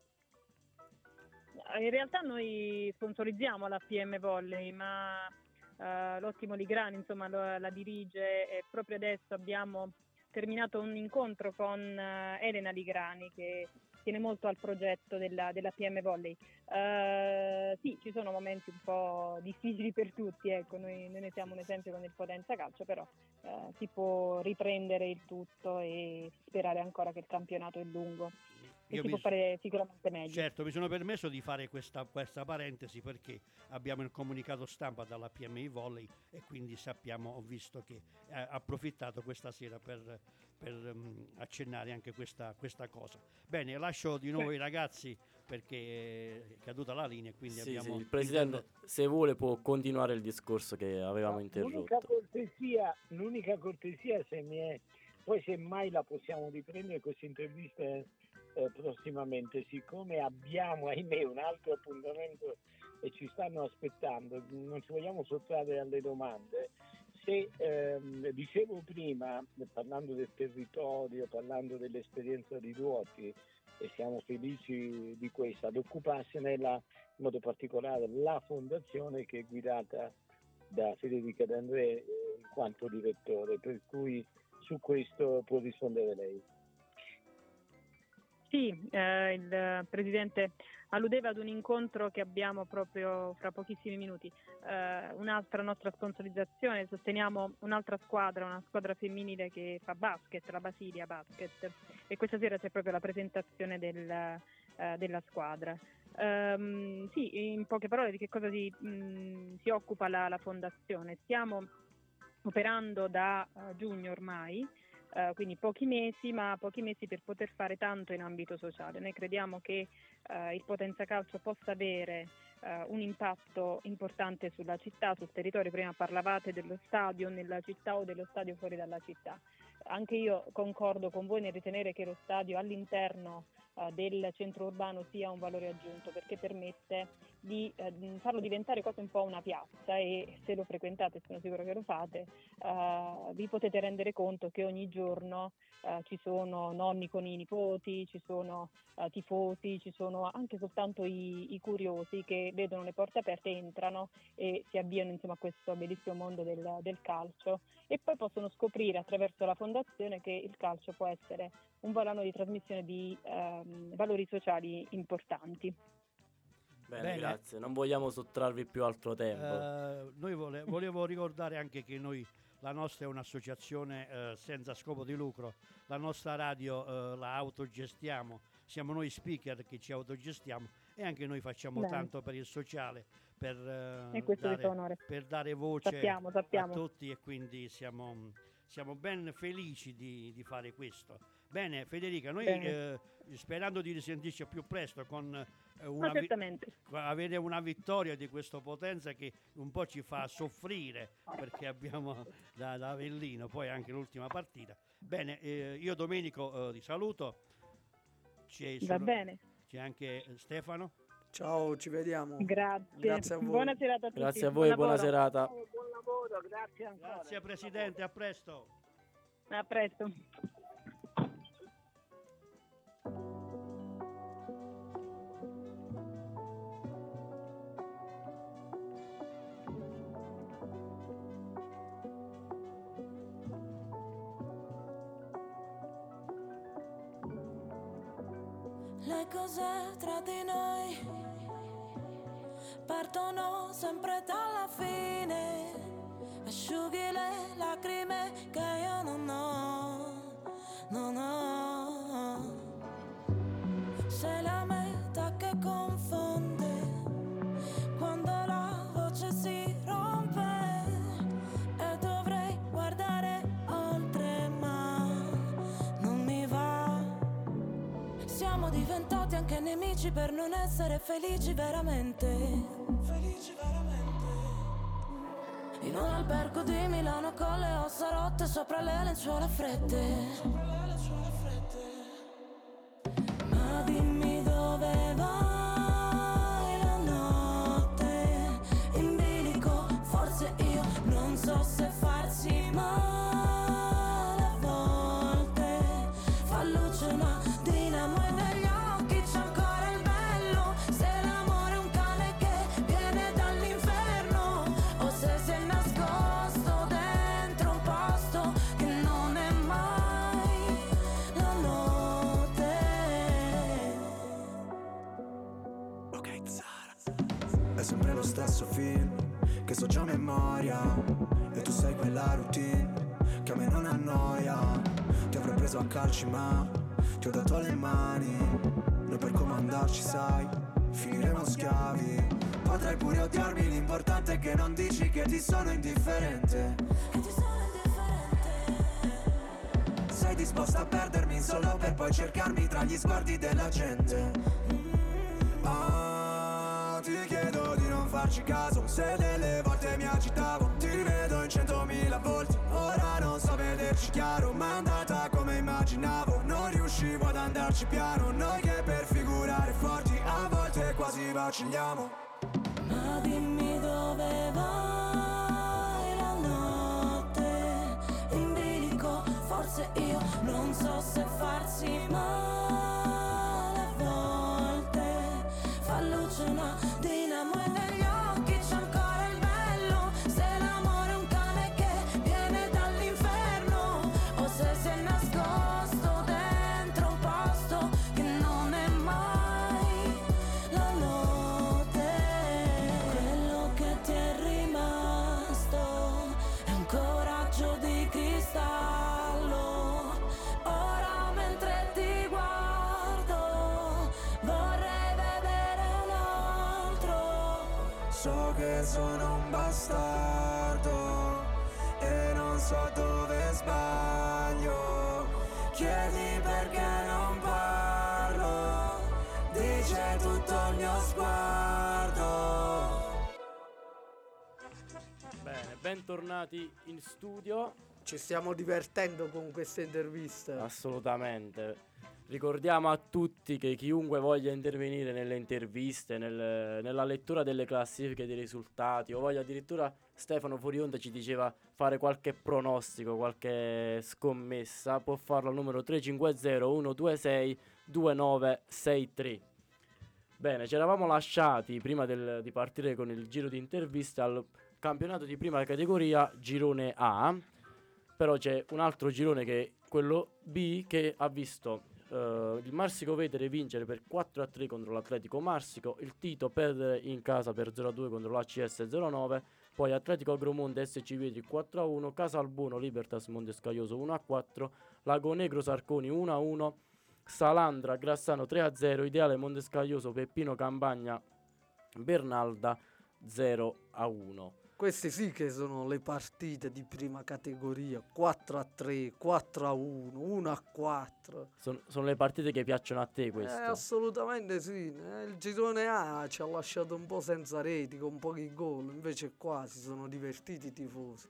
F: In realtà noi sponsorizziamo la P M Volley, ma eh, l'ottimo Ligrani insomma lo- la dirige e proprio adesso abbiamo terminato un incontro con eh, Elena Ligrani che tiene molto al progetto della, della P M Volley. Eh, sì, ci sono momenti un po' difficili per tutti, ecco, noi, noi ne siamo un esempio con il Potenza Calcio, però eh, si può riprendere il tutto e sperare ancora che il campionato è lungo e
A: Io
F: si
A: mi-
F: può fare sicuramente meglio.
A: Certo, mi sono permesso di fare questa, questa parentesi perché abbiamo il comunicato stampa dalla P M I Volley e quindi sappiamo, ho visto che ha approfittato questa sera per, per um, accennare anche questa, questa cosa. Bene, lascio di nuovo i ragazzi perché è caduta la linea e quindi
C: Sì, sì,
A: abbiamo
C: il Presidente,
A: interrotto.
C: se vuole, può continuare il discorso che avevamo
G: L'unica
C: interrotto.
G: cortesia, l'unica cortesia se mi è, poi semmai la possiamo riprendere questa intervista eh, prossimamente, siccome abbiamo ahimè un altro appuntamento e ci stanno aspettando, non ci vogliamo sottrarre alle domande. Se ehm, dicevo prima, parlando del territorio, parlando dell'esperienza di Ruoti, e siamo felici di questo, ad occuparsene la, in modo particolare la fondazione che è guidata da Federica De Andrea eh, in quanto direttore, per cui su questo può rispondere lei.
F: Sì, eh, il Presidente alludeva ad un incontro che abbiamo proprio fra pochissimi minuti. Eh, un'altra nostra sponsorizzazione, sosteniamo un'altra squadra, una squadra femminile che fa basket, la Basilia Basket, e questa sera c'è proprio la presentazione del, eh, della squadra. Ehm, sì, in poche parole di che cosa si, mh, si occupa la, la Fondazione? Stiamo operando da uh, giugno ormai. Uh, quindi pochi mesi, ma pochi mesi per poter fare tanto in ambito sociale. Noi crediamo che uh, il Potenza Calcio possa avere uh, un impatto importante sulla città, sul territorio. Prima parlavate dello stadio nella città o dello stadio fuori dalla città. Anche io concordo con voi nel ritenere che lo stadio all'interno uh, del centro urbano sia un valore aggiunto, perché permette di uh, farlo diventare quasi un po' una piazza, e se lo frequentate, sono sicuro che lo fate, uh, vi potete rendere conto che ogni giorno uh, ci sono nonni con i nipoti, ci sono uh, tifosi, ci sono anche soltanto i, i curiosi che vedono le porte aperte, entrano e si avviano insomma a questo bellissimo mondo del, del calcio, e poi possono scoprire attraverso la fondazione che il calcio può essere un volano di trasmissione di um, valori sociali importanti.
C: Bene,
A: Bene.
C: grazie, non vogliamo sottrarvi più altro tempo.
A: Eh, noi vole- volevo ricordare anche che noi, la nostra è un'associazione eh, senza scopo di lucro, la nostra radio eh, la autogestiamo, siamo noi speaker che ci autogestiamo, e anche noi facciamo
F: Bene.
A: tanto per il sociale, per, eh,
F: E questo vi fa
A: dare,
F: onore.
A: per dare voce
F: Sappiamo, sappiamo.
A: a tutti, e quindi siamo, siamo ben felici di, di fare questo. Bene, Federica, noi eh, sperando di risentirci al più presto con eh, una
F: Ma
A: vi-
F: certamente.
A: avere una vittoria di questo Potenza che un po' ci fa soffrire, perché abbiamo da, da Avellino poi anche l'ultima partita. Bene, eh, io Domenico eh, ti saluto. C'è,
F: Va
A: sono-
F: bene.
A: c'è anche Stefano.
B: Ciao, ci vediamo.
F: Grazie.
B: Grazie a voi.
F: Buona serata a tutti.
C: Grazie a voi e
F: Buon
C: buona
F: lavoro.
C: serata.
G: Buon lavoro, grazie ancora.
A: Grazie Presidente, a presto.
F: A presto.
I: Le cose tra di noi partono sempre dalla fine, asciughi le lacrime che io non ho, non ho. Sei la metà che confonde quando la voce si rompe, e dovrei guardare oltre ma non mi va. Siamo diventati anche nemici per non essere felici veramente. Felici veramente. In un albergo di Milano con le ossa rotte sopra le lenzuola fredde. Sopra le lenzuola fredde. Ma dimmi dove vai la notte in bilico. Forse io non so se farsi male a volte. Fa luce una dinamo e negli occhi c'è ancora il bello. Se l'amore è un cane che viene dall'inferno, o se si è nascosto dentro un posto che non è mai la notte.
J: Ok, Zara. È sempre lo stesso film che so già a memoria, e tu sei quella routine che a me non annoia. Ti avrei preso a calci ma ti ho dato le mani. Noi per comandarci sai, finiremo schiavi. Potrai pure odiarmi, l'importante è che non dici che ti sono indifferente.
I: Che ti sono indifferente.
J: Sei disposta a perdermi solo per poi cercarmi tra gli sguardi della gente. Ah, ti chiedo di non farci caso, se delle volte mi agitavo. Ti vedo in centomila volti, ora non so vederci chiaro. Ma è andata come immaginavo, non riuscivo ad andarci piano. Noi che per figurare forti a volte quasi vacilliamo.
I: Ma dimmi dove vai la notte in bilico. Forse io non so se farsi male a volte. Fa luce una dinamo e negli occhi c'è ancora il bello. Se l'amore è un cane che viene dall'inferno, o se si è nascosto dentro un posto che non è mai la notte. Quello che ti è rimasto è un coraggio di cristallo. Ora mentre ti guardo vorrei vedere un altro.
J: So che sono un bastardo e non so dove sbaglio. chiedi perché non parlo, dice tutto il mio sguardo.
C: Bene, bentornati in studio.
B: Ci stiamo divertendo con queste interviste.
C: Assolutamente. Ricordiamo a tutti che chiunque voglia intervenire nelle interviste, nel- nella lettura delle classifiche dei risultati, o voglia addirittura, Stefano Fuorionda ci diceva fare qualche pronostico, qualche scommessa, può farlo al numero tre cinque zero uno due sei due nove sei tre. Bene, ci eravamo lasciati prima del- di partire con il giro di interviste al campionato di prima categoria girone A. Però c'è un altro girone, che è quello B, che ha visto uh, il Marsico Vetere vincere per quattro a tre contro l'Atletico Marsico, il Tito perdere in casa per zero a due contro l'A C S zero nove, poi Atletico Agromonte S C Vetri quattro a uno, Casalbuono Libertas Montescaglioso uno a quattro, Lago Negro Sarconi uno a uno, Salandra Grassano tre a zero, Ideale Montescaglioso Peppino Campagna Bernalda zero a uno.
B: Queste sì che sono le partite di prima categoria, quattro a tre, quattro a uno, uno a quattro.
C: Son- sono le partite che piacciono a te,
B: Eh,
C: queste?
B: assolutamente sì. Eh, il girone A ci ha lasciato un po' senza reti, con pochi gol, invece qua si sono divertiti i tifosi.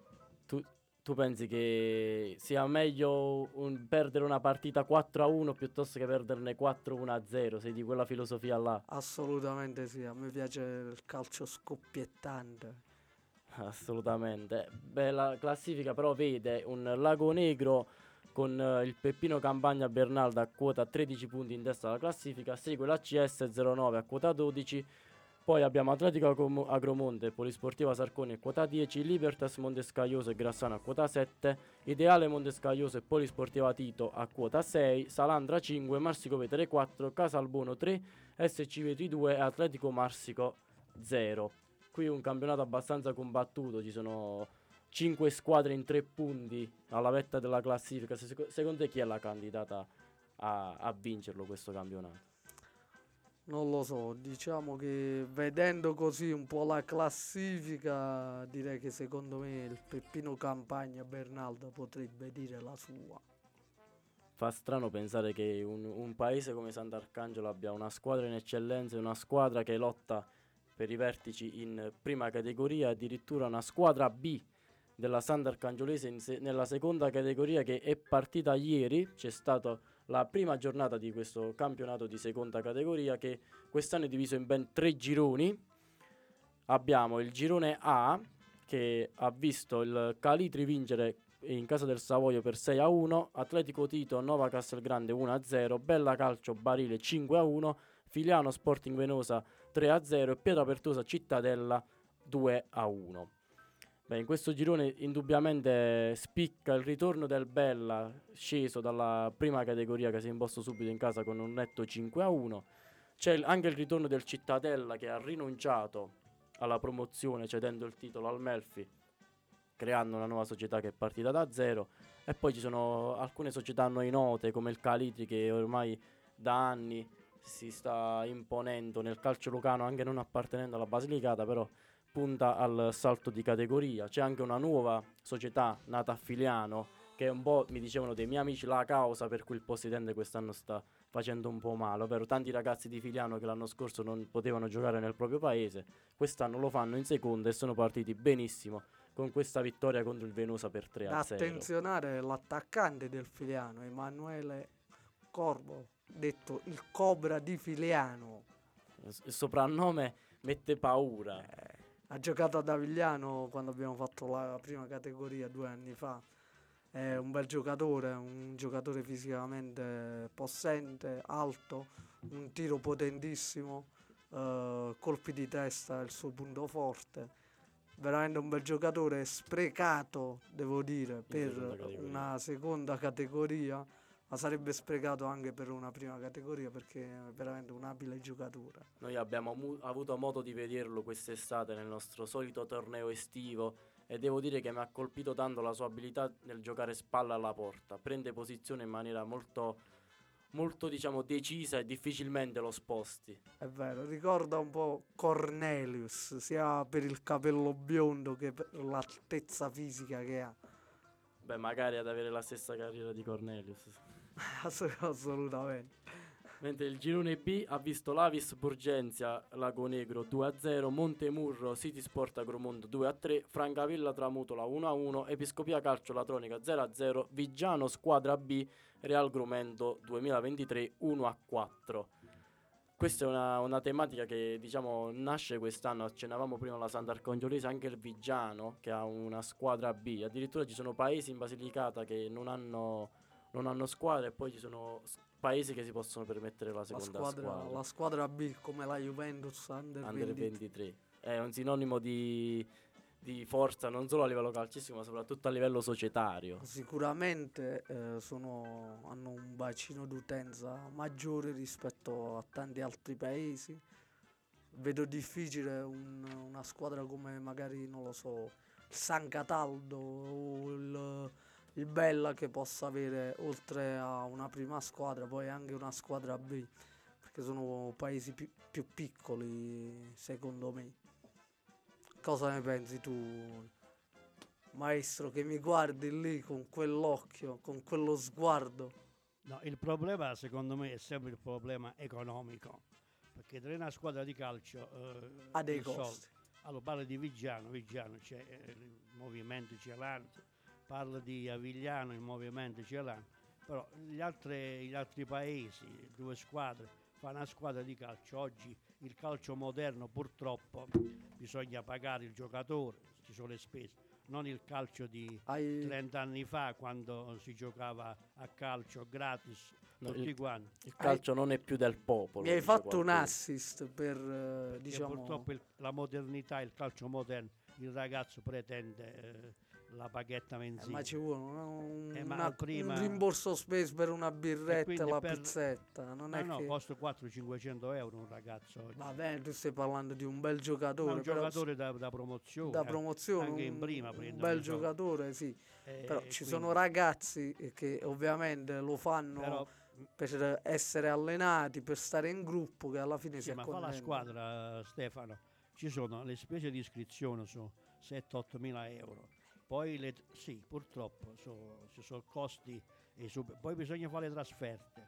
C: Tu, tu pensi che sia meglio un- perdere una partita quattro a uno piuttosto che perderne quattro uno a zero? Sei di quella filosofia là?
B: Assolutamente sì, a me piace il calcio scoppiettante.
C: Assolutamente. Beh, la classifica però vede un Lago Negro con eh, il Peppino Campagna Bernalda a quota tredici punti in testa alla classifica, segue l'A C S zero nove a quota dodici, poi abbiamo Atletico Agrom- Agromonte e Polisportiva Sarconi a quota dieci, Libertas Montescaglioso e Grassano a quota sette, Ideale Montescaglioso e Polisportiva Tito a quota sei, Salandra cinque, Marsico Vetere quattro, Casalbuono tre, S C Vetri due e Atletico Marsico zero. Qui un campionato abbastanza combattuto, ci sono cinque squadre in tre punti alla vetta della classifica. Se- secondo te chi è la candidata a, a vincerlo questo campionato?
B: Non lo so, diciamo che vedendo così un po' la classifica, direi che secondo me il Peppino Campagna Bernalda potrebbe dire la sua.
C: Fa strano pensare che un, un paese come Sant'Arcangelo abbia una squadra in eccellenza e una squadra che lotta per i vertici in prima categoria, addirittura una squadra B della Sant'Arcangiolese in se- nella seconda categoria, che è partita ieri. C'è stata la prima giornata di questo campionato di seconda categoria, che quest'anno è diviso in ben tre gironi. Abbiamo il girone A, che ha visto il Calitri vincere in casa del Savoio per sei a uno, Atletico Tito Nova Castelgrande uno a zero, Bella Calcio Barile cinque a uno, Filiano Sporting Venosa tre a zero e Pietra Pertosa Cittadella due a uno. Beh, in questo girone indubbiamente spicca il ritorno del Bella, sceso dalla prima categoria, che si è imposto subito in casa con un netto cinque a uno. C'è il- anche il ritorno del Cittadella, che ha rinunciato alla promozione cedendo il titolo al Melfi, creando una nuova società che è partita da zero. E poi ci sono alcune società a noi note, come il Calitri, che ormai da anni si sta imponendo nel calcio lucano, anche non appartenendo alla Basilicata, però punta al salto di categoria. C'è anche una nuova società nata a Filiano, che è un po', mi dicevano dei miei amici, la causa per cui il Possidente quest'anno sta facendo un po' male, ovvero tanti ragazzi di Filiano che l'anno scorso non potevano giocare nel proprio paese, quest'anno lo fanno in seconda e sono partiti benissimo con questa vittoria contro il Venosa per tre
B: Da
C: a zero.
B: attenzionare l'attaccante del Filiano, Emanuele Corbo, detto il Cobra di Filiano.
C: Il soprannome mette paura.
B: Eh, ha giocato ad Avigliano quando abbiamo fatto la prima categoria due anni fa. È un bel giocatore, un giocatore fisicamente possente, alto, un tiro potentissimo, eh, colpi di testa è il suo punto forte. Veramente un bel giocatore, sprecato, devo dire, per
C: seconda categoria.
B: una seconda categoria, ma sarebbe sprecato anche per una prima categoria, perché è veramente un abile giocatore.
C: Noi abbiamo mu- avuto modo di vederlo quest'estate nel nostro solito torneo estivo e devo dire che mi ha colpito tanto la sua abilità nel giocare spalla alla porta. Prende posizione in maniera molto, molto diciamo decisa e difficilmente lo sposti.
B: È vero, ricorda un po' Cornelius, sia per il capello biondo che per l'altezza fisica che ha.
C: Beh, magari ad avere la stessa carriera di Cornelius.
B: Ass- assolutamente.
C: Mentre il girone B ha visto l'Avis Burgenzia Lago Negro due a zero, Montemurro City Sport Agromondo due a tre, Francavilla Tramutola uno a uno, Episcopia Calcio Latronica zero a zero, Viggiano Squadra B Real Grumendo duemilaventitré uno a quattro. Questa è una, una tematica che, diciamo, nasce quest'anno. Accennavamo prima la Sant'Arcongiolese, anche il Viggiano che ha una squadra B. Addirittura ci sono paesi in Basilicata che non hanno, non hanno squadra, e poi ci sono s- paesi che si possono permettere la
B: La
C: seconda
B: squadra,
C: squadra.
B: la squadra B come la Juventus Under,
C: Under
B: ventitré.
C: ventitré è un sinonimo di, di forza non solo a livello calcistico ma soprattutto a livello societario.
B: Sicuramente eh, sono, hanno un bacino d'utenza maggiore rispetto a tanti altri paesi. Vedo difficile un- una squadra come magari, non lo so, il San Cataldo o il, il Bella, che possa avere, oltre a una prima squadra, poi anche una squadra B, perché sono paesi più, più piccoli, secondo me. Cosa ne pensi tu, maestro, che mi guardi lì con quell'occhio, con quello sguardo?
A: No, il problema secondo me è sempre il problema economico, perché tenere una squadra di calcio eh,
B: Ha dei
A: il soldo.
B: costi.
A: Allora parla di Viggiano, Viggiano c'è eh, il movimento ce l'hanno, parla di Avigliano, il movimento ce l'hanno, però gli altri, gli altri paesi, due squadre, fa una squadra di calcio. Oggi il calcio moderno purtroppo bisogna pagare il giocatore, ci sono le spese, non il calcio di
B: Hai-
A: trenta anni fa quando si giocava a calcio gratis
C: No,
A: tutti
C: il-
A: quanti.
C: Il calcio non è più del popolo.
B: Mi hai
C: dice
B: fatto un
C: qualcuno.
B: assist per, eh,
A: Perché
B: diciamo,
A: purtroppo il- la modernità, il calcio moderno, il ragazzo pretende eh, la paghetta
B: eh,
A: mensile.
B: ma ci vuole un,
A: Eh, ma
B: una-
A: prima-
B: un rimborso spese per una birretta e
A: quindi
B: la
A: per-
B: pizzetta. Non
A: No,
B: è
A: no,
B: che...
A: costa quattrocento cinquecento euro un ragazzo oggi.
B: Va bene, tu stai parlando di un bel
A: Ma
B: giocatore,
A: un
B: però
A: giocatore da, da promozione.
B: da
A: eh,
B: promozione,
A: anche in
B: un,
A: prima
B: un
A: prendono
B: bel
A: i soldi.
B: giocatore, sì.
A: Eh,
B: Però ci
A: quindi-
B: sono ragazzi che ovviamente lo fanno
A: però,
B: per essere allenati, per stare in gruppo, che alla fine si
A: sì, ma fa la
B: accontentano.
A: squadra, Stefano. Ci sono le spese di iscrizione su sette otto mila euro. Poi le, sì, purtroppo so- ci sono costi esuber- poi bisogna fare le trasferte,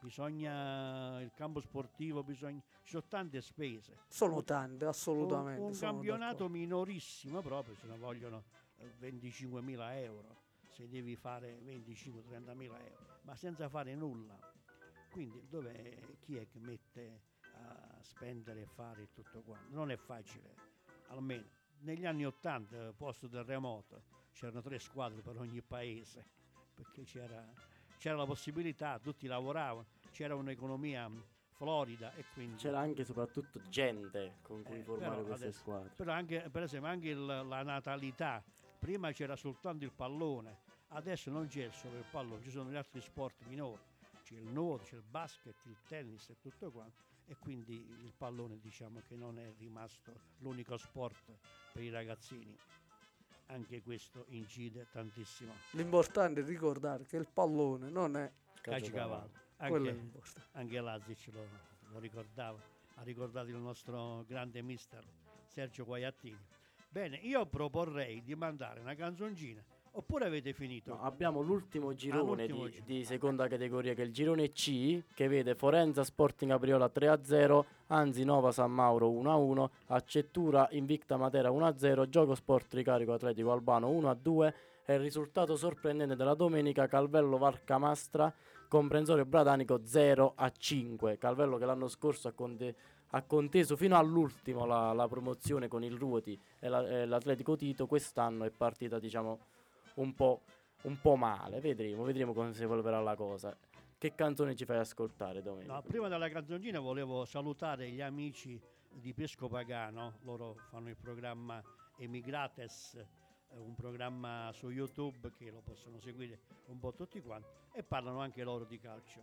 A: bisogna il campo sportivo, bisogna, ci sono tante spese.
B: Sono tante,
A: Un,
B: assolutamente.
A: un
B: sono
A: campionato
B: d'accordo.
A: minorissimo proprio, se ne vogliono eh, venticinquemila euro, se devi fare venticinque trenta mila euro, ma senza fare nulla. Quindi dov'è, chi è che mette a spendere e fare tutto quanto? Non è facile, almeno. Negli anni ottanta, post terremoto, c'erano tre squadre per ogni paese, perché c'era, c'era la possibilità, tutti lavoravano, c'era un'economia mh, florida e quindi...
C: C'era anche e soprattutto gente con cui
A: Eh,
C: formare
A: però
C: queste
A: adesso-
C: squadre.
A: Però anche, per esempio, anche il- la natalità. Prima c'era soltanto il pallone, adesso non c'è solo il pallone, ci sono gli altri sport minori. C'è il nuoto, c'è il basket, il tennis e tutto quanto. E quindi il pallone, diciamo che non è rimasto l'unico sport per i ragazzini. Anche questo incide tantissimo.
B: L'importante è ricordare che il pallone non è...
A: Caciocavallo.
B: Quello è
A: Anche,
B: l'importante.
A: anche Lazic lo, lo ricordava, ha ricordato il nostro grande mister Sergio Guaiattini. Bene, io proporrei di mandare una canzoncina, oppure avete finito?
C: No, abbiamo l'ultimo girone
A: l'ultimo
C: di,
A: girone.
C: di seconda categoria, che è il girone C, che vede Forenza Sporting Abriola tre a zero, Anzi Nova San Mauro uno a uno, Accettura Invicta Matera uno a zero, Gioco Sport Ricarico Atletico Albano uno a due, e il risultato sorprendente della domenica Calvello Varcamastra Comprensorio Bradanico zero a cinque. Calvello che l'anno scorso ha, conte- ha conteso fino all'ultimo la, la promozione con il Ruoti e, la- e l'Atletico Tito, quest'anno è partita, diciamo, un po', un po' male. Vedremo, vedremo come si evolverà la cosa. Che canzone ci fai ascoltare, Domenico?
A: No, prima della canzoncina volevo salutare gli amici di Pesco Pagano, loro fanno il programma Emigrates, eh, un programma su YouTube che lo possono seguire un po' tutti quanti, e parlano anche loro di calcio.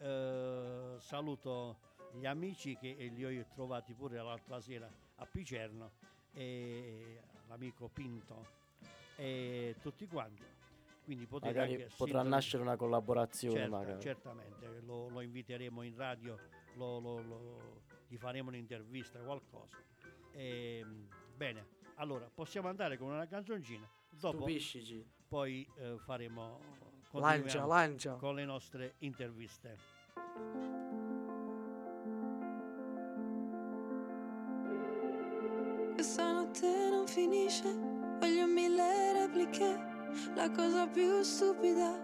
A: Eh, saluto gli amici che li ho trovati pure l'altra sera a Picerno, e l'amico Pinto e tutti quanti. Quindi potete
C: Magari
A: anche
C: potrà
A: sintonizzare.
C: nascere una collaborazione,
A: Certo,
C: magari.
A: certamente, lo, lo inviteremo in radio, lo, lo- lo- gli faremo un'intervista, qualcosa. Ehm, bene, allora possiamo andare con una canzoncina, dopo
C: Stupiscici.
A: poi eh, faremo
B: Lancia,
A: continuiamo
B: lancia.
A: con le nostre interviste.
I: Questa notte non finisce, voglio mille repliche, la cosa più stupida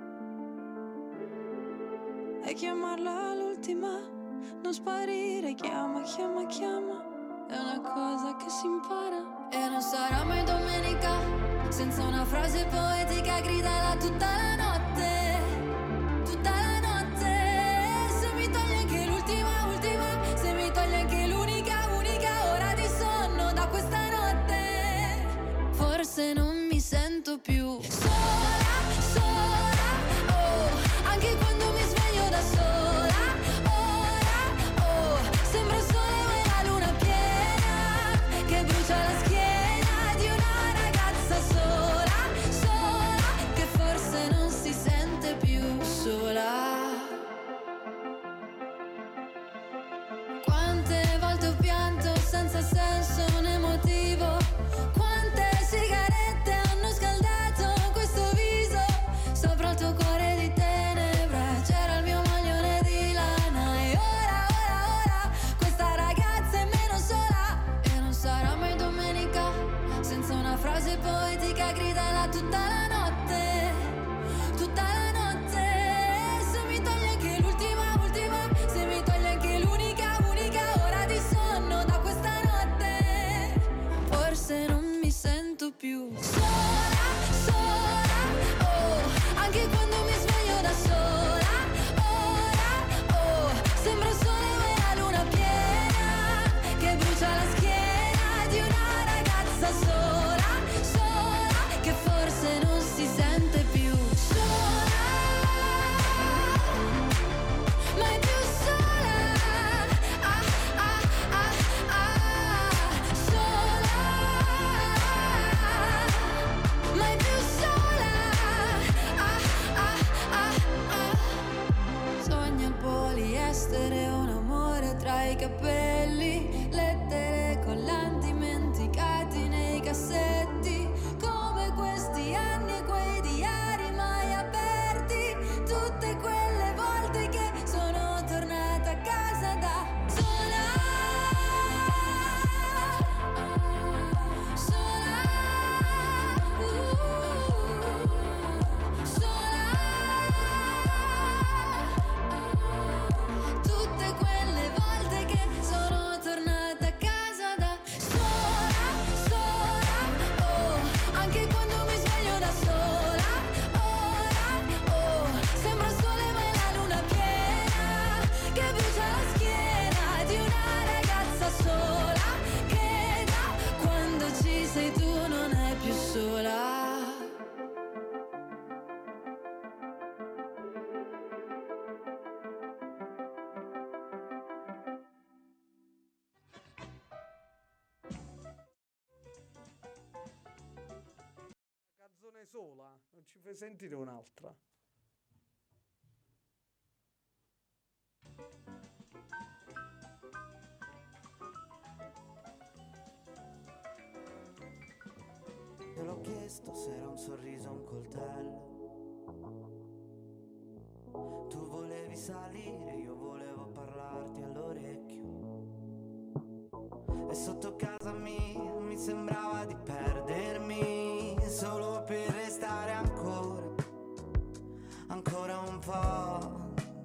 I: è chiamarla l'ultima, non sparire, chiama, chiama, chiama, è una cosa che si impara.
E: E non sarà mai domenica senza una frase poetica gridala tutta la notte, tutta la notte. Se mi togli anche l'ultima, ultima, se mi togli anche l'unica, unica ora di sonno da questa notte, forse non mi sento più sola, sola, oh, anche quando mi sveglio da sola, ora, oh, sembra il sole o è la luna piena che brucia la schiena di una ragazza sola, sola, che forse non si sente più sola. Quante volte ho pianto senza senso né motivo, quante sigarette hanno scaldato questo viso, sopra il tuo cuore di tenebra c'era il mio maglione di lana, e ora, ora, ora questa ragazza è meno sola. E non sarà mai domenica senza una frase poetica gridala tutta la notte, tutta la notte. Se mi togli anche l'ultima, ultima, se mi togli anche l'unica, unica ora di sonno da questa notte, forse non mi sento più sola, sola, oh, anche quando mi sveglio da sola, ora, oh, sembra il sole o è la luna piena che brucia la schiena di una ragazza sola, sola, che forse non si sente più sola, mai più sola, ah, ah, ah, ah, sola, mai più sola, ah, ah, ah, ah. Sogna il poliestere, un amore tra i capelli, lettere collanti dimenticati nei cassetti, come questi anni e quei diari mai aperti, tutte quelle volte che sono tornata a casa da sola, sola, uh, sola, tutte quelle volte che sono tornata a casa da sola, sola, oh, anche quando mi sveglio da sola, ora, oh, sembra il sole ma è la luna piena che brucia la schiena di una ragazza sola, che da quando ci sei tu non è più sola.
B: Canzone sola, non ci fai sentire un'altra.
K: Io l'ho chiesto se era un sorriso o un coltello. Tu volevi salire, io volevo parlarti all'orecchio. E sotto casa mia mi sembrava di perdermi, solo per restare ancora, ancora un po'.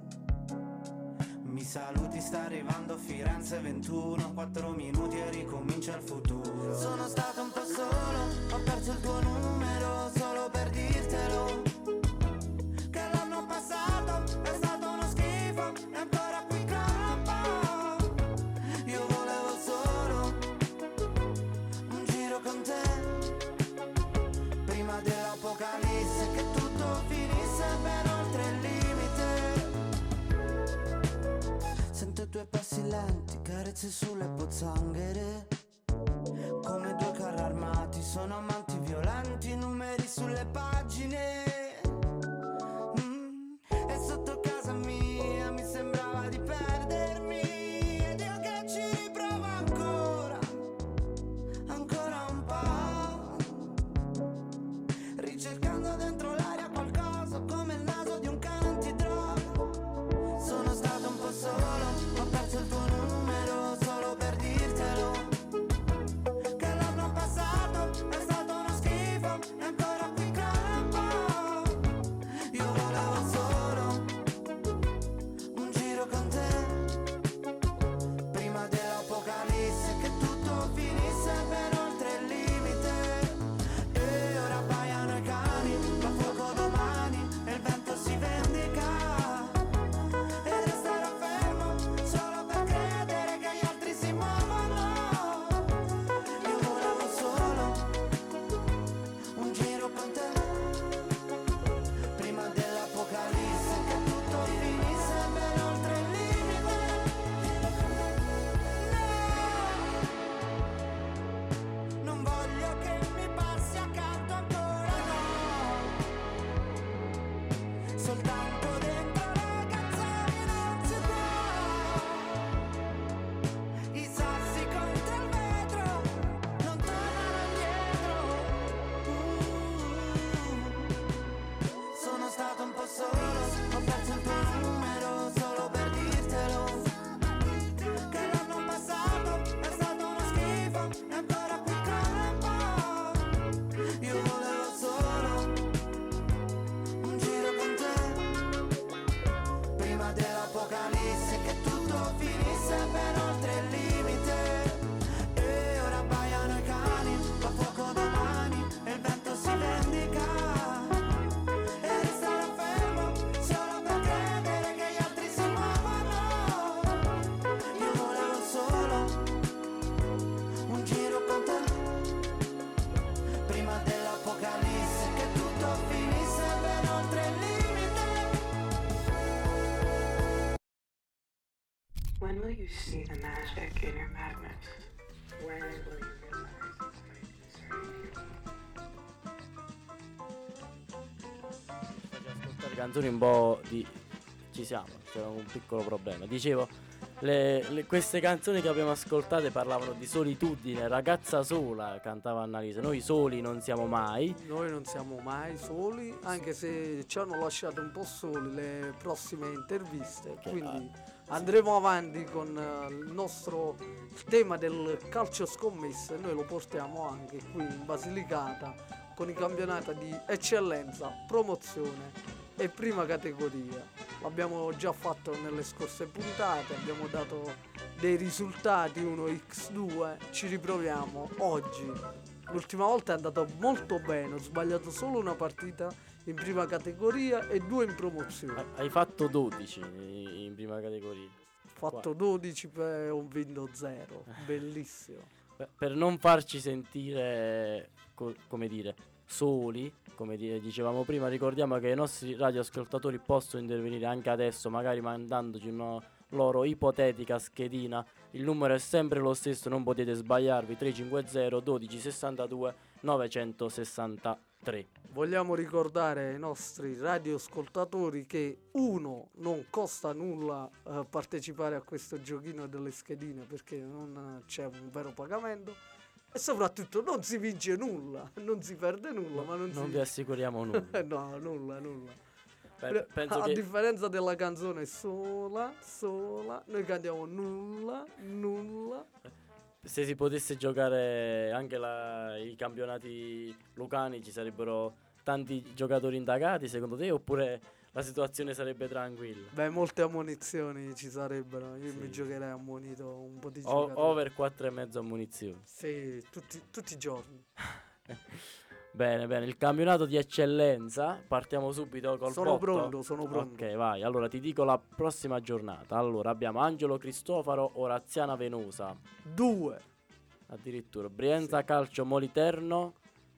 K: Mi saluti, sta arrivando Firenze ventuno, quattro minuti e ricomincia il futuro. Sono stato un po' solo, ho perso il tuo numero solo per dirtelo, che l'anno passato è stato uno schifo e ancora qui campo. Io volevo solo un giro con te, prima dell'apocalisse, che tutto finisse ben oltre il limite. Sento i tuoi passi lenti, carezze sulle pozzanghere, come due carri armati, sono amanti violenti, numeri sulle pagine. Mm, e sotto casa mia mi sembrava di perdermi, ed io che ci riprovo ancora, ancora un po'.
L: tragic in your madness. When will you realize it's
C: Faccio ascoltare canzoni un po' di... Ci siamo, c'è un piccolo problema. Dicevo, le, le- queste canzoni che abbiamo ascoltate parlavano di solitudine, ragazza sola, cantava Annalisa. Noi soli non siamo mai.
B: Noi non siamo mai soli, anche se ci hanno lasciato un po' soli le prossime interviste,
C: Che-
B: quindi andremo avanti con eh, il nostro il tema del calcio scommesse. Noi lo portiamo anche qui in Basilicata con i campionati di eccellenza, promozione e prima categoria. L'abbiamo già fatto nelle scorse puntate, abbiamo dato dei risultati uno a due, ci riproviamo oggi. L'ultima volta è andato molto bene, ho sbagliato solo una partita in prima categoria e due in promozione.
C: Hai fatto dodici in in prima categoria.
B: Ho fatto dodici e ho vinto zero, bellissimo.
C: Per, per non farci sentire, co- come dire, soli, come di- dicevamo prima, ricordiamo che i nostri radioascoltatori possono intervenire anche adesso, magari mandandoci una loro ipotetica schedina. Il numero è sempre lo stesso, non potete sbagliarvi: tre cinque zero dodici sessantadue novecentosessantatré.
B: Vogliamo ricordare ai nostri radioascoltatori che uno, non costa nulla eh, partecipare a questo giochino delle schedine perché non eh, c'è un vero pagamento, e soprattutto non si vince nulla, non si perde nulla, ma non,
C: Non
B: si
C: vi assicuriamo nulla.
B: no, nulla, nulla.
C: Pe- penso
B: a
C: che
B: differenza della canzone sola, sola, noi cantiamo nulla, nulla.
C: se si potesse giocare anche la- i campionati lucani, ci sarebbero tanti giocatori indagati, secondo te, oppure la situazione sarebbe tranquilla?
B: Beh, molte ammonizioni ci sarebbero, io
C: Sì.
B: mi giocherei ammonito un po' di
C: O-
B: giocatori.
C: over quattro e mezzo amunizioni.
B: Sì, tutti, tutti i giorni.
C: Bene, bene, il campionato di eccellenza, partiamo subito col
B: Sono
C: botto?
B: pronto, sono pronto.
C: Ok, vai, allora ti dico la prossima giornata. Allora abbiamo Angelo Cristofaro, Oraziana Venosa,
B: Due.
C: addirittura Brienza Calcio Moliterno.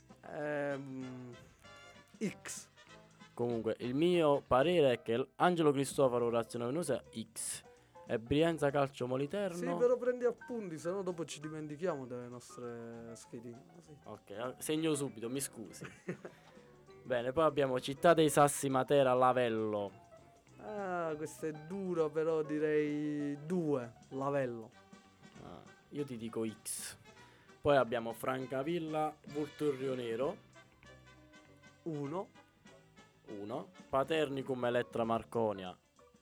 B: Ehm, X.
C: Comunque il mio parere è che l- Angelo Cristofaro, Oraziana Venosa X e Brienza Calcio Moliterno.
B: Sì, però prendi appunti, sennò dopo ci dimentichiamo delle nostre schedine. Sì.
C: Ok, eh, segno subito, mi scusi. Bene, poi abbiamo Città dei Sassi, Matera, Lavello.
B: Ah, questa è dura, però direi due. Lavello.
C: Ah, io ti dico X. Poi abbiamo Francavilla, Vulturrio Nero,
B: Uno.
C: uno. Paternicum, Elettra Marconia,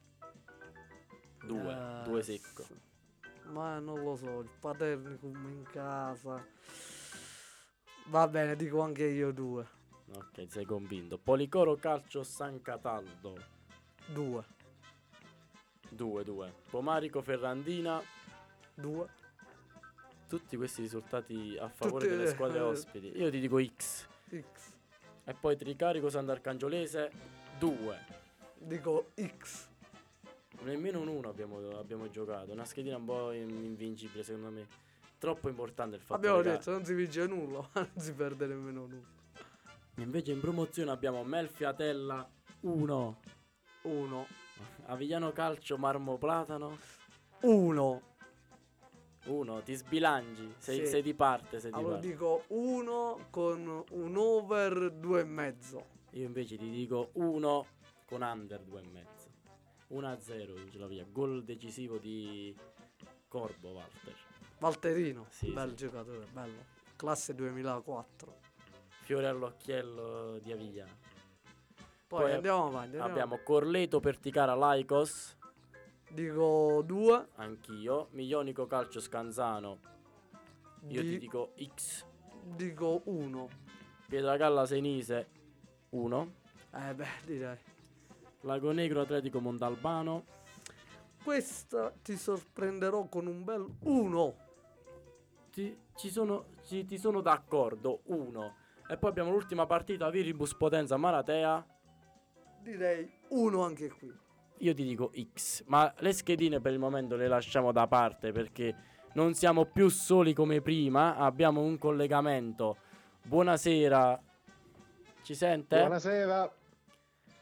C: due.
B: Ah,
C: due secco.
B: s- Ma non lo so, il Paternicum in casa. Va bene, dico anche io due.
C: Ok, sei convinto. Policoro Calcio San Cataldo,
B: Due.
C: due due. Pomarico Ferrandina.
B: Due.
C: Tutti questi risultati a favore
B: Tutti-
C: delle squadre ospiti. Io ti dico X.
B: X.
C: E poi Tricarico Sant'Arcangiolese, due.
B: Dico X.
C: Nemmeno un uno abbiamo, abbiamo giocato. Una schedina un po' in- invincibile, secondo me. Troppo importante il fatto
B: Abbiamo
C: che-
B: detto non si vince nulla, ma non si perde nemmeno nulla.
C: Invece in promozione abbiamo Melfiatella uno.
B: Uno.
C: Avigliano Calcio Marmo Platano
B: Uno.
C: uno. Ti sbilanci. Sei,
B: Sì.
C: sei di parte. Sei di
B: Allora
C: parte.
B: dico uno con un over due e mezzo.
C: Io invece ti dico uno con under due e mezzo. uno a zero vince la via. Gol decisivo di Corbo Walter.
B: Valterino,
C: Sì,
B: bel
C: sì.
B: giocatore, bello. Classe duemilaquattro.
C: Fiore all'occhiello di Avigliano.
B: Poi,
C: Poi
B: andiamo avanti. andiamo
C: Abbiamo Corleto Perticara Laicos.
B: avanti. Dico due.
C: Anch'io. Miglionico Calcio Scanzano. Io
B: Di-
C: ti dico X.
B: Dico uno.
C: Pietragalla Senise uno.
B: Eh beh, direi.
C: Lago Negro Atletico Montalbano.
B: Questa ti sorprenderò con un bel uno.
C: Ti, ci sono, ci- ti sono d'accordo, uno. E poi abbiamo l'ultima partita, Viribus Potenza Maratea.
B: Direi uno anche qui.
C: Io ti dico X. Ma le schedine per il momento le lasciamo da parte perché non siamo più soli come prima. Abbiamo un collegamento. Buonasera. Ci sente?
M: Buonasera.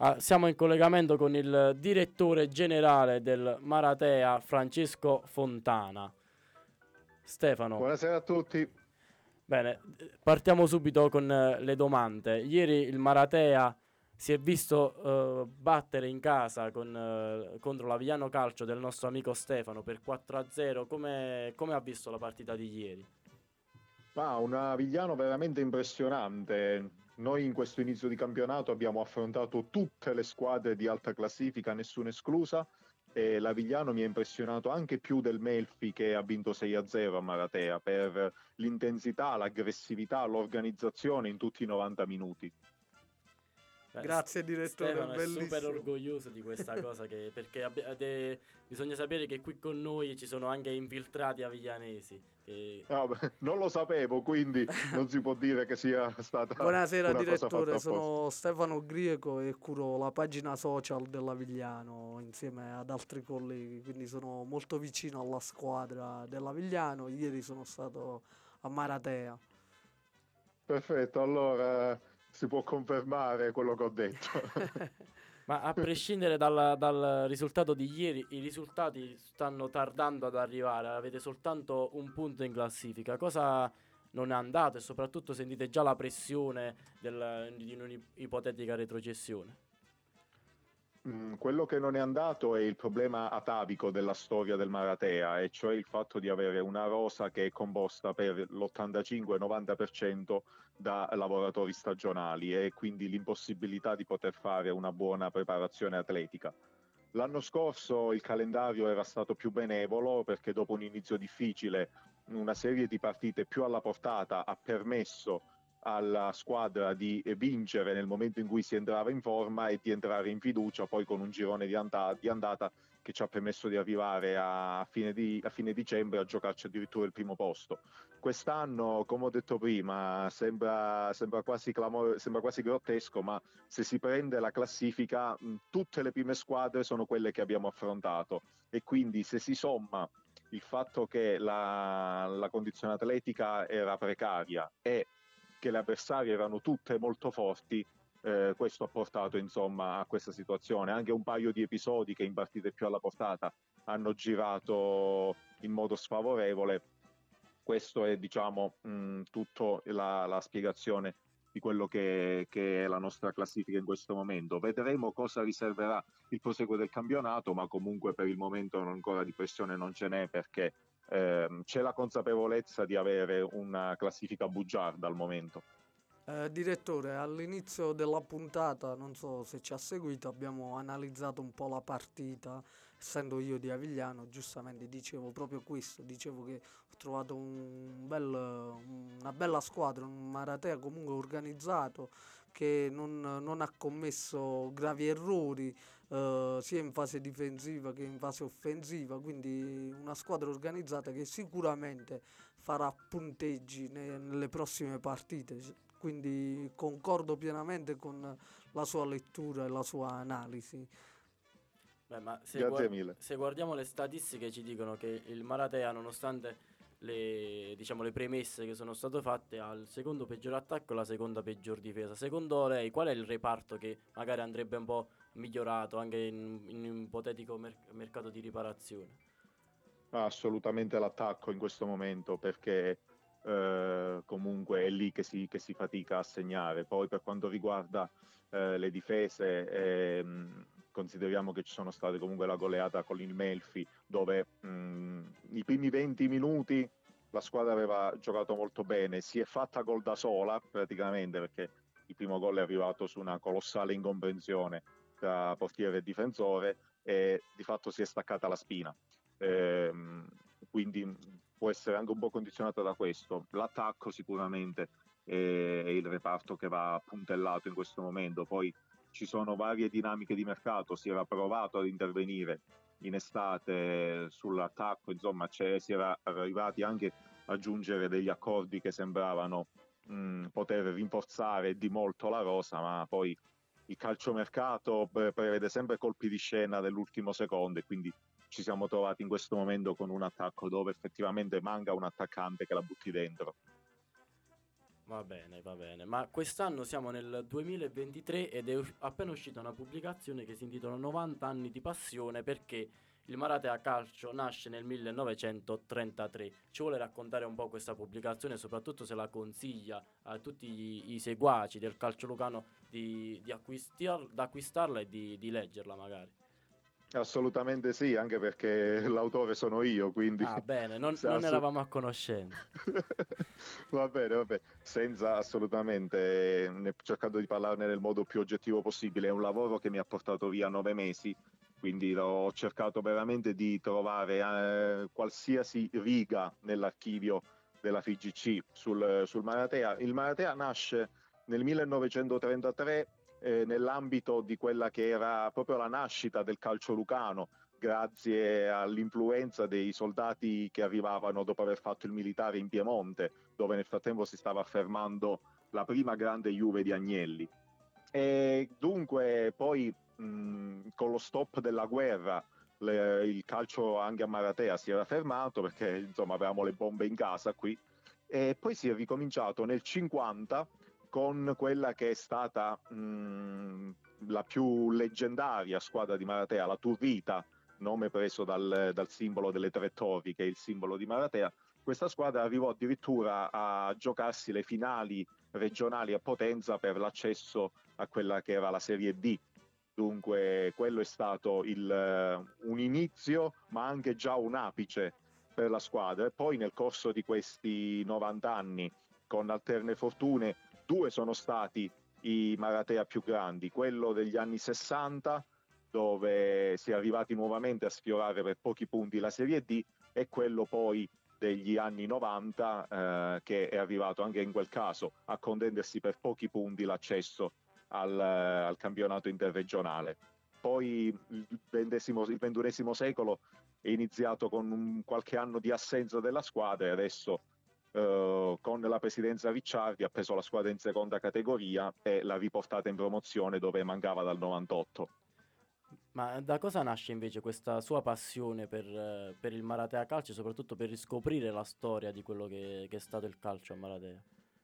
C: Ah, siamo in collegamento con il direttore generale del Maratea, Francesco Fontana. Stefano.
M: Buonasera a tutti.
C: Bene, partiamo subito con eh, le domande. Ieri il Maratea si è visto eh, battere in casa con, eh, contro l'Avigliano Calcio del nostro amico Stefano per quattro a zero. Come, come ha visto la partita di ieri?
M: Ma un Avigliano veramente impressionante. Noi in questo inizio di campionato abbiamo affrontato tutte le squadre di alta classifica, nessuna esclusa, e l'Avigliano mi ha impressionato anche più del Melfi, che ha vinto sei a zero a Maratea, per l'intensità, l'aggressività, l'organizzazione in tutti i novanta minuti.
C: Beh,
B: Grazie direttore,
C: Stefano è
B: bellissimo.
C: super orgoglioso di questa cosa, che, perché abbi- de- bisogna sapere che qui con noi ci sono anche infiltrati aviglianesi. Che...
M: No, beh, non lo sapevo, quindi non si può dire che sia stata
B: Buonasera
M: una cosa
B: direttore,
M: fatta
B: sono Stefano Grieco e curo la pagina social dell'Avigliano insieme ad altri colleghi, quindi sono molto vicino alla squadra dell'Avigliano. Ieri sono stato a Maratea.
M: Perfetto, allora si può confermare quello che ho detto.
C: Ma a prescindere dal, dal risultato di ieri, i risultati stanno tardando ad arrivare. Avete soltanto un punto in classifica. Cosa non è andato? E soprattutto sentite già la pressione del, di un'ipotetica retrocessione?
M: Mm, quello che non è andato è il problema atavico della storia del Maratea, e cioè il fatto di avere una rosa che è composta per l'ottantacinque novanta per cento da lavoratori stagionali, e quindi l'impossibilità di poter fare una buona preparazione atletica. L'anno scorso il calendario era stato più benevolo, perché dopo un inizio difficile una serie di partite più alla portata ha permesso alla squadra di vincere nel momento in cui si entrava in forma e di entrare in fiducia, poi con un girone di, andata, di andata che ci ha permesso di arrivare a fine, di, a fine dicembre a giocarci addirittura il primo posto. Quest'anno, come ho detto prima, sembra, sembra, quasi clamor- sembra quasi grottesco, ma se si prende la classifica, mh, tutte le prime squadre sono quelle che abbiamo affrontato, e quindi se si somma il fatto che la, la condizione atletica era precaria e che le avversarie erano tutte molto forti, eh, questo ha portato insomma a questa situazione. Anche un paio di episodi che in partite più alla portata hanno girato in modo sfavorevole. Questo è, diciamo, mh, tutto la, la spiegazione di quello che, che è la nostra classifica in questo momento. Vedremo cosa riserverà il proseguo del campionato, ma comunque per il momento ancora di pressione non ce n'è, perché ehm, c'è la consapevolezza di avere una classifica bugiarda al momento.
B: Eh, direttore, all'inizio della puntata, non so se ci ha seguito, abbiamo analizzato un po' la partita. Essendo io di Avigliano, giustamente dicevo proprio questo, dicevo che ho trovato un bel, una bella squadra, un Maratea comunque organizzato, che non, non ha commesso gravi errori eh, sia in fase difensiva che in fase offensiva, quindi una squadra organizzata che sicuramente farà punteggi ne- nelle prossime partite. Quindi concordo pienamente con la sua lettura e la sua analisi.
C: Beh, ma se,
M: Grazie
C: guard-
M: mille.
C: se guardiamo le statistiche ci dicono che il Maratea, nonostante le, diciamo, le premesse che sono state fatte, ha il secondo peggior attacco e la seconda peggior difesa. Secondo lei qual è il reparto che magari andrebbe un po' migliorato anche in, in un ipotetico mer- mercato di riparazione?
M: Assolutamente l'attacco in questo momento, perché eh, comunque è lì che si, che si fatica a segnare. Poi per quanto riguarda eh, le difese, ehm, consideriamo che ci sono state comunque la goleata con il Melfi, dove mh, i primi venti minuti la squadra aveva giocato molto bene, si è fatta gol da sola praticamente, perché il primo gol è arrivato su una colossale incomprensione tra portiere e difensore, e di fatto si è staccata la spina. Ehm, quindi può essere anche un po' condizionata da questo. L'attacco sicuramente è il reparto che va puntellato in questo momento. Poi ci sono varie dinamiche di mercato, si era provato ad intervenire in estate sull'attacco, insomma c'è, si era arrivati anche a giungere degli accordi che sembravano mh, poter rinforzare di molto la rosa, ma poi il calciomercato pre- prevede sempre colpi di scena dell'ultimo secondo, e quindi ci siamo trovati in questo momento con un attacco dove effettivamente manca un attaccante che la butti dentro.
C: Va bene, va bene. Ma quest'anno siamo nel duemilaventitré ed è us- appena uscita una pubblicazione che si intitola novanta anni di passione, perché il Maratea Calcio nasce nel millenovecentotrentatré. Ci vuole raccontare un po' questa pubblicazione, soprattutto se la consiglia a tutti i, i seguaci del calcio lucano di, di acquistar- d'acquistarla e di, di leggerla magari.
M: Assolutamente sì, anche perché l'autore sono io, quindi...
C: Ah, bene, non,
M: se
C: non
M: assu-
C: eravamo a conoscenza.
M: Va bene, va bene, senza assolutamente ne- cercando di parlarne nel modo più oggettivo possibile. È un lavoro che mi ha portato via nove mesi, quindi ho cercato veramente di trovare eh, qualsiasi riga nell'archivio della F I G C sul, sul Maratea. Il Maratea nasce nel millenovecentotrentatré eh, nell'ambito di quella che era proprio la nascita del calcio lucano, grazie all'influenza dei soldati che arrivavano dopo aver fatto il militare in Piemonte, dove nel frattempo si stava affermando la prima grande Juve di Agnelli. E dunque poi mh, con lo stop della guerra le, il calcio anche a Maratea si era fermato, perché insomma avevamo le bombe in casa qui, e poi si è ricominciato nel cinquanta con quella che è stata mh, la più leggendaria squadra di Maratea, la Turrita, nome preso dal, dal simbolo delle tre torri, che è il simbolo di Maratea. Questa squadra arrivò addirittura a giocarsi le finali regionali a Potenza per l'accesso a quella che era la Serie D. Dunque quello è stato il, un inizio, ma anche già un apice per la squadra. E poi nel corso di questi novanta anni, con alterne fortune, due sono stati i Maratea più grandi, quello degli anni sessanta, dove si è arrivati nuovamente a sfiorare per pochi punti la Serie D, e quello poi degli anni novanta eh, che è arrivato anche in quel caso a contendersi per pochi punti l'accesso al, al campionato interregionale. Poi il, ventesimo, il ventunesimo secolo è iniziato con un, qualche anno di assenza della squadra, e adesso Uh, con la presidenza Ricciardi ha preso la squadra in seconda categoria e l'ha riportata in promozione, dove mancava dal novantotto.
C: Ma da cosa nasce invece questa sua passione per, eh, per il Maratea Calcio e soprattutto per riscoprire la storia di quello che, che è stato il calcio a Maratea?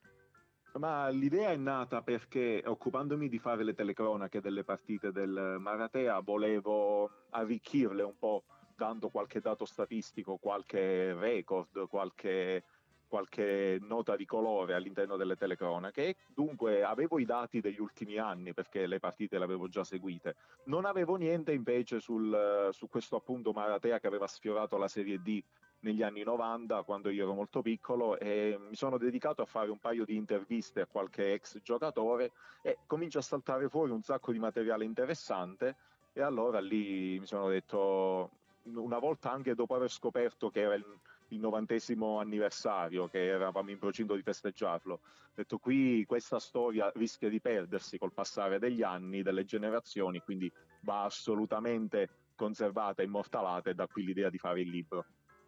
M: Ma l'idea è nata perché, occupandomi di fare le telecronache delle partite del Maratea, volevo arricchirle un po', dando qualche dato statistico, qualche record, qualche qualche nota di colore all'interno delle telecronache, e dunque avevo i dati degli ultimi anni, perché le partite le avevo già seguite. Non avevo niente invece sul, su questo appunto Maratea che aveva sfiorato la Serie D negli anni novanta, quando io ero molto piccolo, e mi sono dedicato a fare un paio di interviste a qualche ex giocatore, e comincia a saltare fuori un sacco di materiale interessante. E allora lì mi sono detto, una volta anche dopo aver scoperto che era il il novantesimo anniversario, che eravamo in procinto di festeggiarlo, ho detto, qui questa storia rischia di perdersi col passare degli anni, delle generazioni, quindi va assolutamente conservata, immortalata, e da qui l'idea di fare il libro.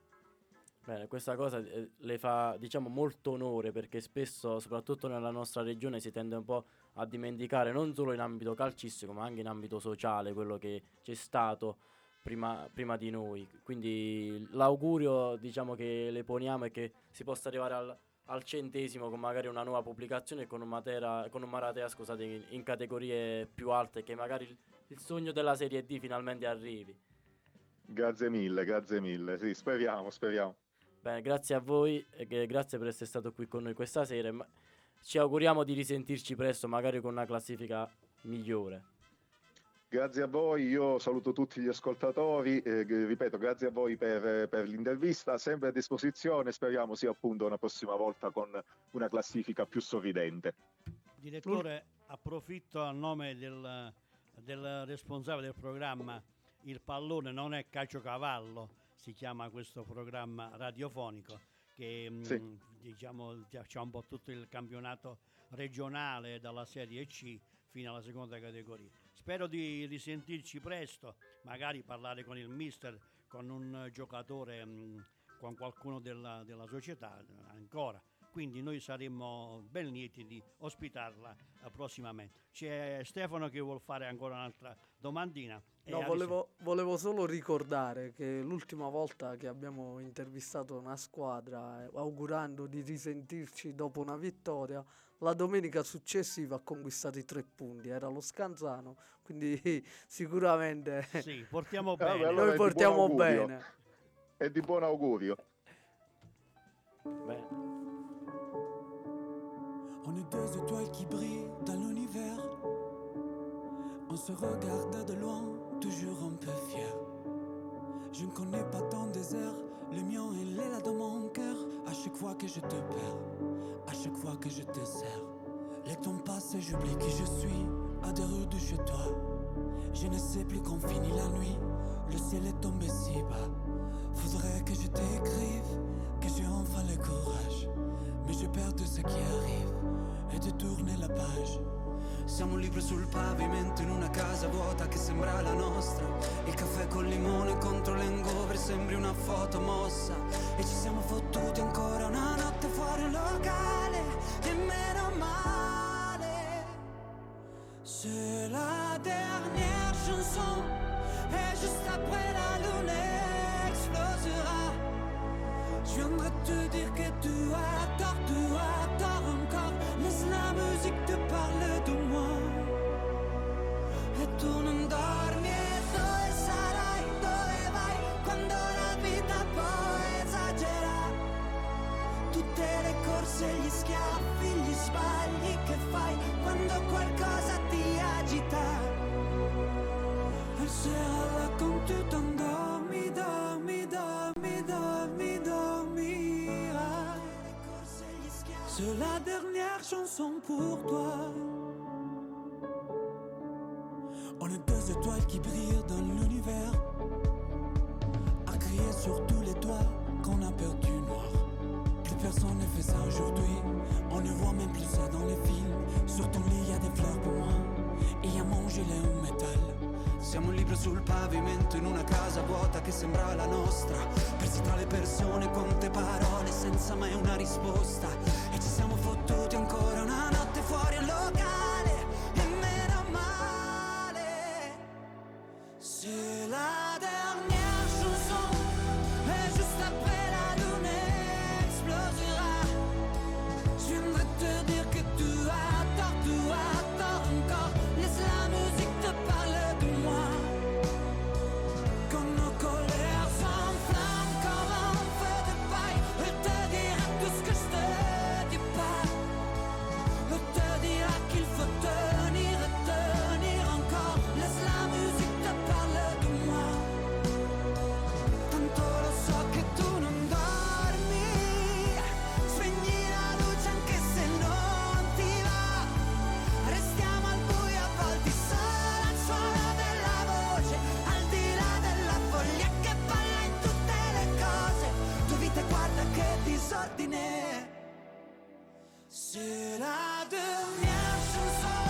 C: Bene, questa cosa eh, le fa, diciamo, molto onore, perché spesso, soprattutto nella nostra regione, si tende un po' a dimenticare, non solo in ambito calcistico ma anche in ambito sociale, quello che c'è stato Prima, prima di noi. Quindi l'augurio, diciamo, che le poniamo è che si possa arrivare al, al centesimo con magari una nuova pubblicazione, con un, Matera, con un Maratea scusate, in, in categorie più alte, che magari il, il sogno della Serie D finalmente arrivi.
M: Grazie mille, grazie mille, sì, speriamo, speriamo.
C: Bene, grazie a voi e che, grazie per essere stato qui con noi questa sera, ma ci auguriamo di risentirci presto, magari con una classifica migliore.
M: Grazie a voi, io saluto tutti gli ascoltatori, eh, ripeto, grazie a voi per, per l'intervista, sempre a disposizione, speriamo sia appunto una prossima volta con una classifica più sorridente.
A: Direttore, approfitto a nome del, del responsabile del programma. Il pallone non è calciocavallo, si chiama questo programma radiofonico, che sì. mh, diciamo c'è un po' tutto il campionato regionale dalla Serie C fino alla seconda categoria. Spero di risentirci presto, magari parlare con il mister, con un giocatore, mh, con qualcuno della, della società ancora. quindi noi saremmo ben lieti di ospitarla eh, prossimamente. C'è Stefano che vuol fare ancora un'altra domandina. E
B: No,
A: Alice-
B: volevo, volevo solo ricordare che l'ultima volta che abbiamo intervistato una squadra, eh, augurando di risentirci dopo una vittoria, la domenica successiva ha conquistato i tre punti, era lo Scanzano, quindi sicuramente
A: Sì, portiamo
M: Vabbè,
A: bene.
M: allora
B: noi
M: è di buon
B: portiamo
M: augurio.
B: bene.
M: È di buon augurio.
C: Beh,
J: On est deux étoiles qui brillent dans l'univers. On se regarde de loin, toujours un peu fier. Je ne connais pas ton désert, le mien il est là dans mon cœur. À chaque fois que je te perds, à chaque fois que je te serre. Le temps passe et j'oublie qui je suis, à deux rues de chez toi. Je ne sais plus quand finit la nuit, le ciel est tombé si bas. Faudrait que je t'écrive, que j'ai enfin le courage. Mais j'ai peur de ce qui arrive e di tourner la page.
K: Siamo un libro sul pavimento in una casa vuota che sembra la nostra. Il caffè col limone contro l'hangover sembri una foto mossa. E ci siamo fottuti ancora una notte fuori un locale. E meno male. C'est la dernière chanson. Et juste après la lune explosera. Je viendrai te dire que tu as tort, tu as tort encore. Laisse la musique te parler de moi. E tu non dormi e dove sarai, dove vai, quando la vita poi esagera. Tutte le corse, gli schiaffi, gli sbagli che fai, quando qualcosa ti agita. E se alla con tu t'endormi, dormi, dormi, dormi, dormirai. C'est la dernière chanson pour toi.
J: On est deux étoiles qui brillent dans l'univers. À crier sur tous les toits qu'on a perdu noir. Plus personne ne fait ça aujourd'hui. On ne voit même plus ça dans les films. Sur ton lit y a des fleurs pour moi. Et y a mon gilet en métal.
K: Siamo un libro sul pavimento in una casa vuota che sembra la nostra. Persi tra le persone, quante parole senza mai una risposta. E ci siamo fottuti ancora una notte fuori al locale. E meno male. C'est la dernière chanson. Et juste après la lune explosera. Je viendrai te dire que tu as tort, tu as tort encore. Laisse la musique te parler de moi. Quand nos colères s'enflamment comme un feu de paille. Je te dirai tout ce que je te dis pas. Je te dirai qu'il faut tenir et tenir encore. Laisse la musique te parler de moi. Tanto lo so che tu non dormi. Spegni la luce anche se non ti va. Restiamo al buio avvolti solo al suono della voce. Al di là della foglia che balla in tutte le cose. Tua vita guarda che disordine. C'est la dernière chanson.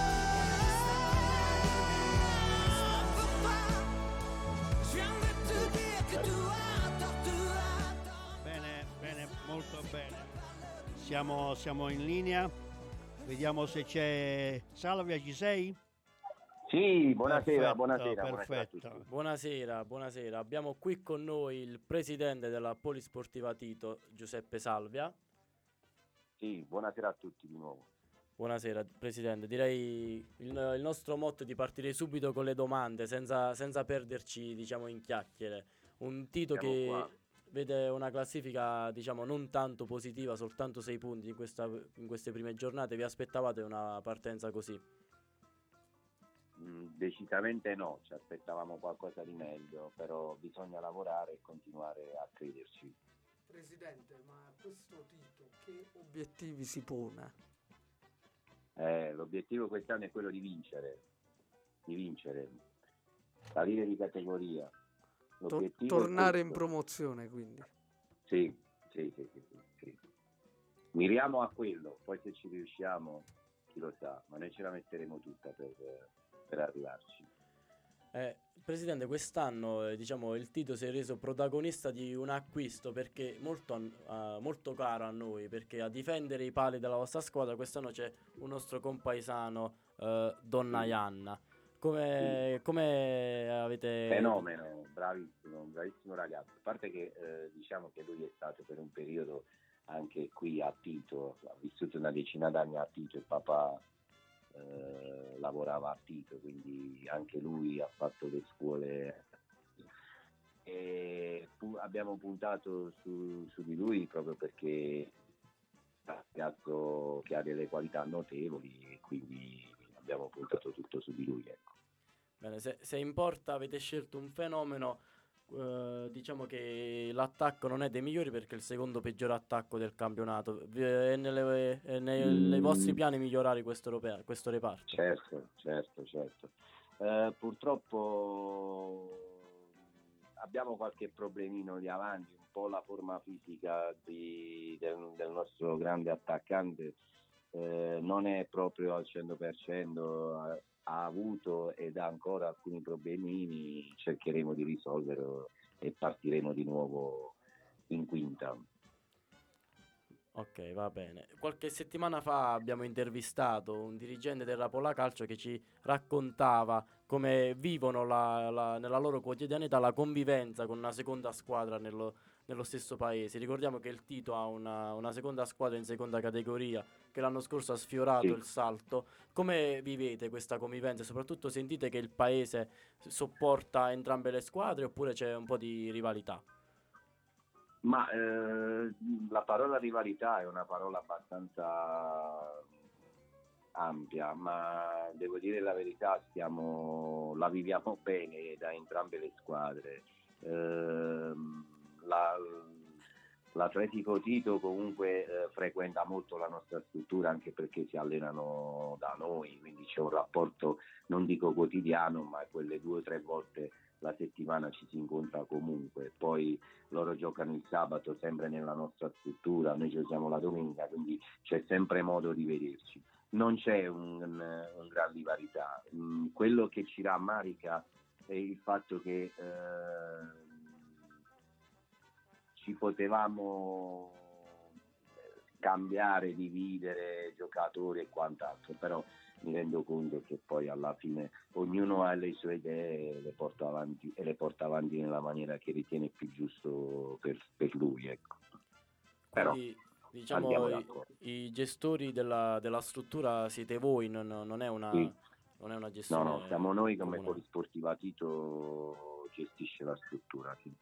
K: Je viendrai te dire que tu as tort, tu as tort.
A: Bene, bene, molto bene. Siamo, siamo in linea. Vediamo se c'è Salvia, ci sei?
N: Sì, buonasera,
A: Perfetto,
N: buonasera, buonasera a tutti.
A: perfetto.
C: buonasera, buonasera. Abbiamo qui con noi il presidente della Polisportiva Tito, Giuseppe Salvia.
N: Sì, buonasera a tutti di nuovo.
C: Buonasera Presidente, direi il, il nostro motto è di partire subito con le domande senza, senza perderci, diciamo, in chiacchiere. Un Tito
N: Siamo
C: che
N: qua.
C: vede una classifica, diciamo, non tanto positiva, soltanto sei punti in, questa, in queste prime giornate. Vi aspettavate una partenza così?
N: Mm, decisamente no, ci aspettavamo qualcosa di meglio, però bisogna lavorare e continuare a crederci.
B: Presidente, ma questo Tito che obiettivi si pone?
N: Eh, l'obiettivo quest'anno è quello di vincere, di vincere, salire di categoria.
B: To-
N: L'obiettivo è
B: tornare in
N: questo.
B: promozione, quindi.
N: Sì, sì, sì, sì, sì, sì. Miriamo a quello, poi se ci riusciamo, chi lo sa, ma noi ce la metteremo tutta per, per arrivarci.
C: Eh, Presidente, quest'anno eh, diciamo il Tito si è reso protagonista di un acquisto perché molto, uh, molto caro a noi, perché a difendere i pali della vostra squadra quest'anno c'è un nostro compaesano, uh, Donna Ianna. Come, come avete...
N: Fenomeno, bravissimo, bravissimo ragazzo. A parte che eh, diciamo che lui è stato per un periodo anche qui a Tito, ha vissuto una decina d'anni a Tito, il papà eh, lavorava a Tito, quindi anche lui ha fatto le scuole e pu- abbiamo puntato su, su di lui proprio perché è un ragazzo che ha delle qualità notevoli e quindi abbiamo puntato tutto su di lui, ecco.
C: Bene, se, se in porta avete scelto un fenomeno, eh, diciamo che l'attacco non è dei migliori perché è il secondo peggior attacco del campionato. Vi- È nelle, è nei, nei vostri piani migliorare questo, europea, questo reparto?
N: Certo, certo, certo. Eh, purtroppo abbiamo qualche problemino di avanti, un po' la forma fisica di- del, del nostro grande attaccante eh, non è proprio al cento per cento, ha, ha avuto ed ha ancora alcuni problemini, cercheremo di risolverlo e partiremo di nuovo in quinta.
C: Ok, va bene. Qualche settimana fa abbiamo intervistato un dirigente del Rapolla Calcio che ci raccontava come vivono la- la- nella loro quotidianità la convivenza con una seconda squadra nello, nello stesso paese. Ricordiamo che il Tito ha una, una seconda squadra in seconda categoria che l'anno scorso ha sfiorato
N: Sì.
C: il salto. Come vivete questa convivenza? E soprattutto sentite che il paese sopporta entrambe le squadre oppure c'è un po' di rivalità?
N: Ma eh, la parola rivalità è una parola abbastanza ampia, ma devo dire la verità, stiamo, la viviamo bene da entrambe le squadre. Eh, la, l'Atletico Tito comunque eh, frequenta molto la nostra struttura anche perché si allenano da noi, quindi c'è un rapporto, non dico quotidiano, ma quelle due o tre volte la settimana ci si incontra comunque. Poi loro giocano il sabato sempre nella nostra struttura, noi giochiamo la domenica, quindi c'è sempre modo di vederci. Non c'è un, un, un gran rivalità. Mm, quello che ci rammarica è il fatto che eh, ci potevamo cambiare, dividere giocatori e quant'altro, però mi rendo conto che poi alla fine ognuno ha le sue idee e le porta avanti, e le porta avanti nella maniera che ritiene più giusto per, per lui, ecco. Però
C: Quindi, diciamo,
N: andiamo
C: i,
N: d'accordo.
C: i gestori della, della struttura siete voi, non, non è una,
N: Sì.
C: non è una
N: No,
C: gestione
N: no, siamo noi come
C: comunale.
N: Polisportiva Tito gestisce la struttura, sì.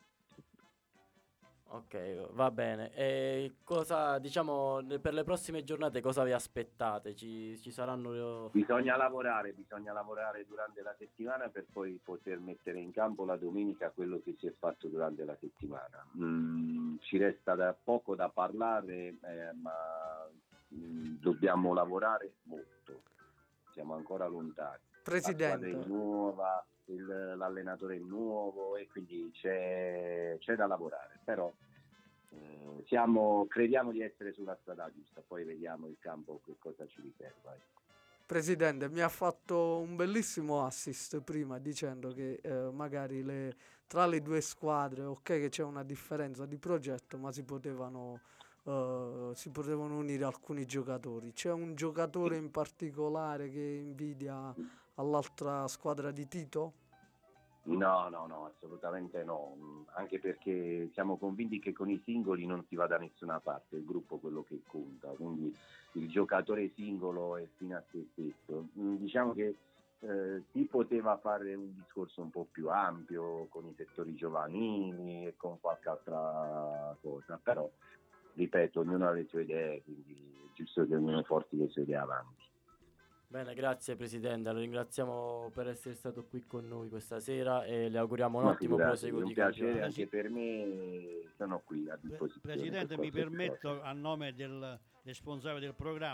C: Ok, va bene. E cosa, diciamo, ne- per le prossime giornate cosa vi aspettate? Ci, ci saranno...
N: Bisogna lavorare, bisogna lavorare durante la settimana per poi poter mettere in campo la domenica quello che si è fatto durante la settimana. Mm, ci resta da poco da parlare, eh, ma mm, dobbiamo lavorare molto. Siamo ancora lontani.
B: Presidente.
N: La squadra è nuova, il- l'allenatore è nuovo e quindi c'è, c'è da lavorare, però eh, siamo, crediamo di essere sulla strada giusta, poi vediamo il campo che cosa ci riserva. ecco.
B: Presidente, mi ha fatto un bellissimo assist prima dicendo che eh, magari le- tra le due squadre, ok che c'è una differenza di progetto, ma si potevano, eh, si potevano unire alcuni giocatori. C'è un giocatore in particolare che invidia all'altra squadra di Tito?
N: No, no, no, assolutamente no, Mm, anche perché siamo convinti che con i singoli non si va da nessuna parte, è il gruppo quello che conta, quindi il giocatore singolo è fine a se stesso. Mm, Diciamo che eh, si poteva fare un discorso un po' più ampio con i settori giovanili e con qualche altra cosa, però ripeto, ognuno ha le sue idee, quindi è giusto che ognuno porti le sue idee avanti.
C: Bene, grazie Presidente, la ringraziamo per essere stato qui con noi questa sera e le auguriamo un
N: Ma
C: ottimo
N: figurati, è
C: proseguo
N: un
C: di
N: piacere
C: campionato.
N: anche per me, sono qui a disposizione.
A: Presidente,
N: per
A: mi
N: qualsiasi
A: permetto
N: cosa.
A: a nome del responsabile del programma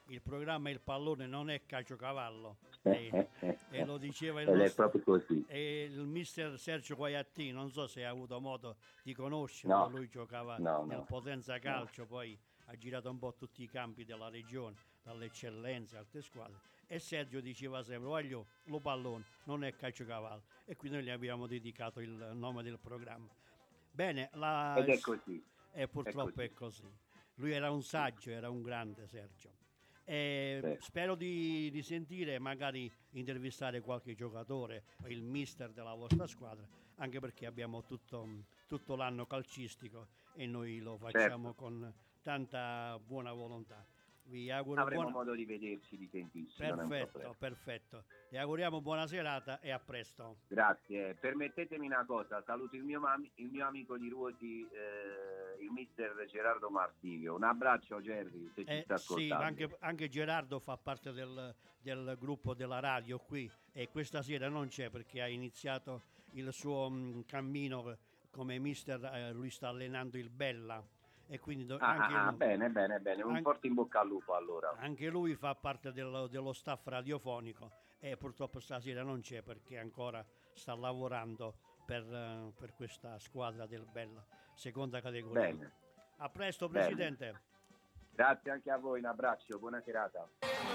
A: il programma Il Pallone non è calciocavallo, e, e lo diceva il
N: Ed
A: nostro,
N: è proprio così.
A: e il mister Sergio Guaiattini, non so se ha avuto modo di conoscerlo,
N: No.
A: lui giocava
N: No,
A: nel
N: no.
A: Potenza Calcio, poi ha girato un po' tutti i campi della regione, dall'eccellenza, altre squadre, e Sergio diceva sempre: voglio lo pallone, non è calciocavallo, e quindi noi gli abbiamo dedicato il nome del programma. Bene, la...
N: Ed è così.
A: E purtroppo è così. Lui era un saggio, era un grande Sergio. E
N: Sì.
A: spero di, di sentire, magari intervistare qualche giocatore, il mister della vostra squadra, anche perché abbiamo tutto, tutto l'anno calcistico e noi lo facciamo
N: Certo.
A: con tanta buona volontà. Vi auguro
N: Avremo
A: buona...
N: modo di vederci, di sentirci. non è un
A: Perfetto,
N: problema.
A: perfetto. Vi auguriamo buona serata e a presto.
N: Grazie. Permettetemi una cosa, saluto il mio, mami- il mio amico di Ruoti, eh, il mister Gerardo Marsilio. Un abbraccio, Gerry, se ci
A: Eh,
N: sta
A: sì,
N: ascoltando.
A: anche, anche Gerardo fa parte del, del gruppo della radio qui, e questa sera non c'è perché ha iniziato il suo mh, cammino come mister, eh, lui sta allenando il Bella, e quindi do-
N: Ah,
A: anche,
N: ah, ah,
A: lui,
N: bene, bene, bene. Un
A: an-
N: forte in bocca al lupo allora.
A: anche lui fa parte del- dello staff radiofonico, e purtroppo stasera non c'è perché ancora sta lavorando per, eh, per questa squadra del Bella, seconda categoria.
N: Bene.
A: A presto,
N: Bene.
A: Presidente.
N: Grazie anche a voi, un abbraccio, buona serata.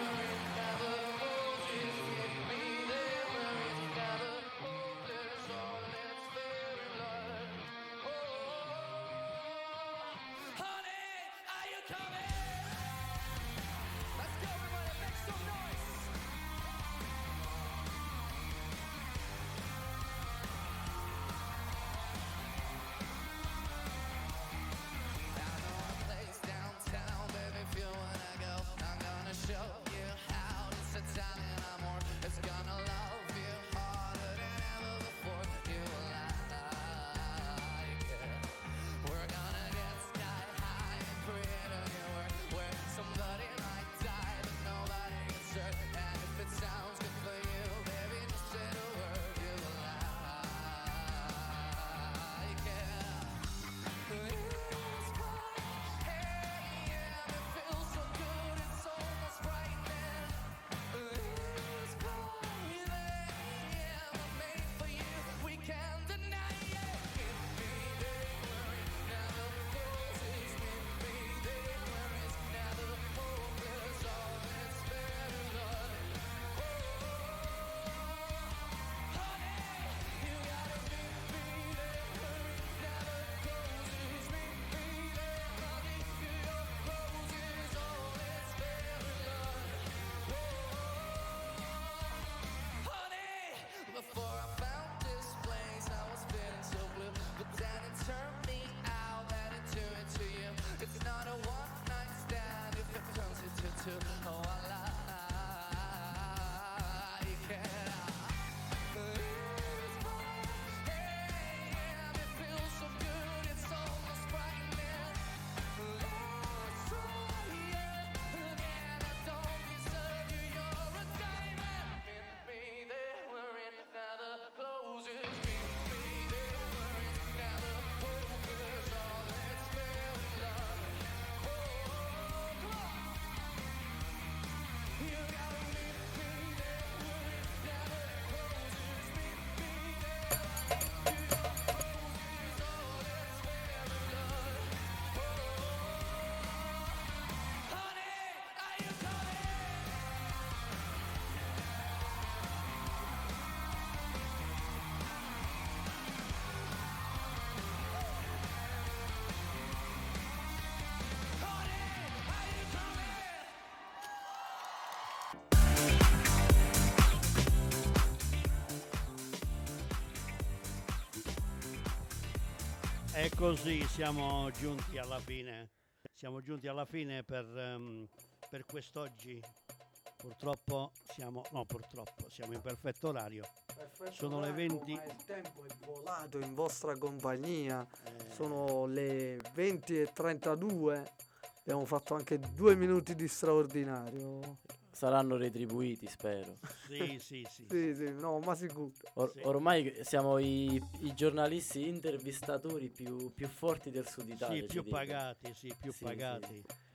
A: E così siamo giunti alla fine. Siamo giunti alla fine per, ehm, per quest'oggi. Purtroppo siamo, no purtroppo, siamo in perfetto orario.
B: Perfetto
A: Sono le
B: orario,
A: venti.
B: ma il tempo è volato in vostra compagnia.
A: Eh.
B: Sono le venti e trentadue. Abbiamo fatto anche due minuti di straordinario.
C: Saranno retribuiti, spero.
A: Sì, sì, sì.
B: Sì, sì, no, ma sicuro.
C: Or- ormai siamo i, i giornalisti intervistatori più, più forti del sud Italia.
A: Sì,
C: ci
A: più
C: dicono.
A: pagati, sì, più
C: Sì,
A: pagati.
C: sì.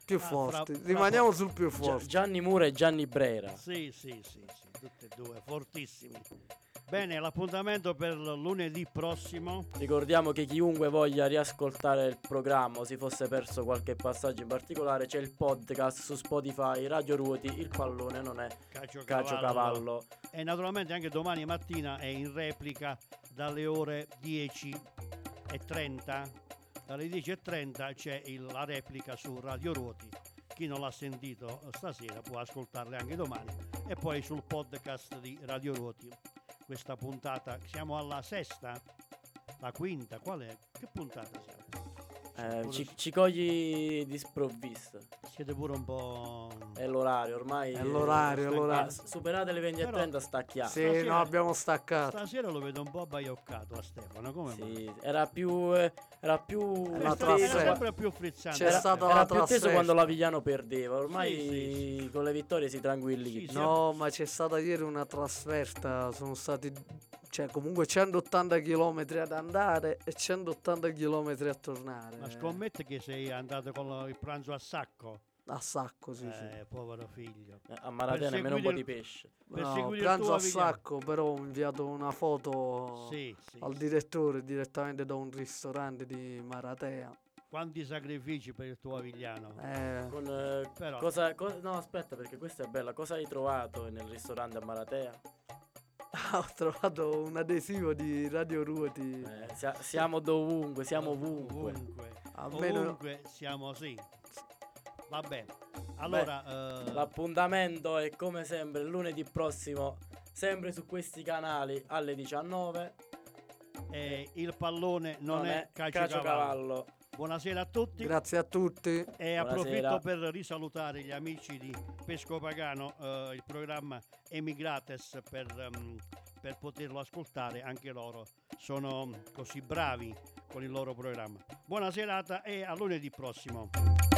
B: Più
A: Ah,
B: forti,
A: fra- fra
B: rimaniamo
A: forti.
B: sul più
C: Gia-
B: forte.
C: Gianni Mura e Gianni Brera.
A: Sì, sì, sì, sì, tutti e due, fortissimi. Bene, l'appuntamento per lunedì prossimo.
C: Ricordiamo che chiunque voglia riascoltare il programma o si fosse perso qualche passaggio in particolare, c'è il podcast su Spotify, Radio Ruoti, il pallone non è
A: Calcio
C: calcio cavallo.
A: E naturalmente anche domani mattina è in replica dalle ore dieci e trenta. Dalle dieci e trenta c'è il- la replica su Radio Ruoti. Chi non l'ha sentito stasera può ascoltarle anche domani. E poi sul podcast di Radio Ruoti. Questa puntata, siamo alla sesta, la quinta, qual è? Che puntata siamo?
C: Eh, ci, ci cogli di sprovvista.
A: Siete pure un po'...
C: È l'orario, ormai.
B: È l'orario, è l'orario.
C: Ah, superate le venti e
A: Però-
C: trenta stacchiamo.
B: Sì,
A: Stasera-
B: no, abbiamo staccato.
A: Stasera lo vedo un po' abbaglioccato a Stefano, come mai?
C: Sì, era più. eh, Era più.
B: La
A: Era
B: trasferta.
A: sempre più frizzante.
B: C'è
C: Era,
B: stata
C: era
B: la
C: più teso
B: trasferta.
C: quando l'Avigliano perdeva. Ormai
A: Sì, sì,
C: con le vittorie si tranquillizza.
A: Sì,
B: No, ma c'è stata ieri una trasferta, sono stati, cioè comunque centottanta chilometri ad andare e centottanta chilometri a tornare.
A: Ma scommetto che sei andato con lo- il pranzo a sacco?
B: A sacco, sì, sì.
A: Eh, povero figlio.
C: Eh, A Maratena
A: Per
C: nemmeno un po'
A: seguire
C: di
A: il-
C: pesce.
A: per
B: No,
A: seguire il
B: pranzo
A: tuo
B: a
A: Avigliano.
B: sacco, però ho inviato una foto
A: Sì, sì,
B: al
A: sì.
B: direttore direttamente da un ristorante di Maratea.
A: Quanti sacrifici per il tuo Avigliano.
B: Eh,
C: Con, eh,
A: Però-
C: cosa, co- no, aspetta, perché questa è bella. Cosa hai trovato nel ristorante a Maratea?
B: ho trovato un adesivo di Radio Ruoti.
C: Eh, sia- siamo dovunque, siamo ovunque.
A: Ovunque.
B: Almeno-
A: Ovunque siamo sì. Va bene. Allora, eh,
C: L'appuntamento è come sempre lunedì prossimo, sempre su questi canali alle diciannove.
A: eh, il pallone non,
C: Non
A: è
C: è
A: calcio,
C: calcio
A: cavallo.
C: cavallo.
A: Buonasera a tutti.
B: Grazie a tutti.
A: E approfitto
C: Buonasera.
A: per risalutare gli amici di Pesco Pagano, eh, il programma Emigrates per, ehm, per poterlo ascoltare, anche loro sono così bravi con il loro programma. Buona serata e a lunedì prossimo.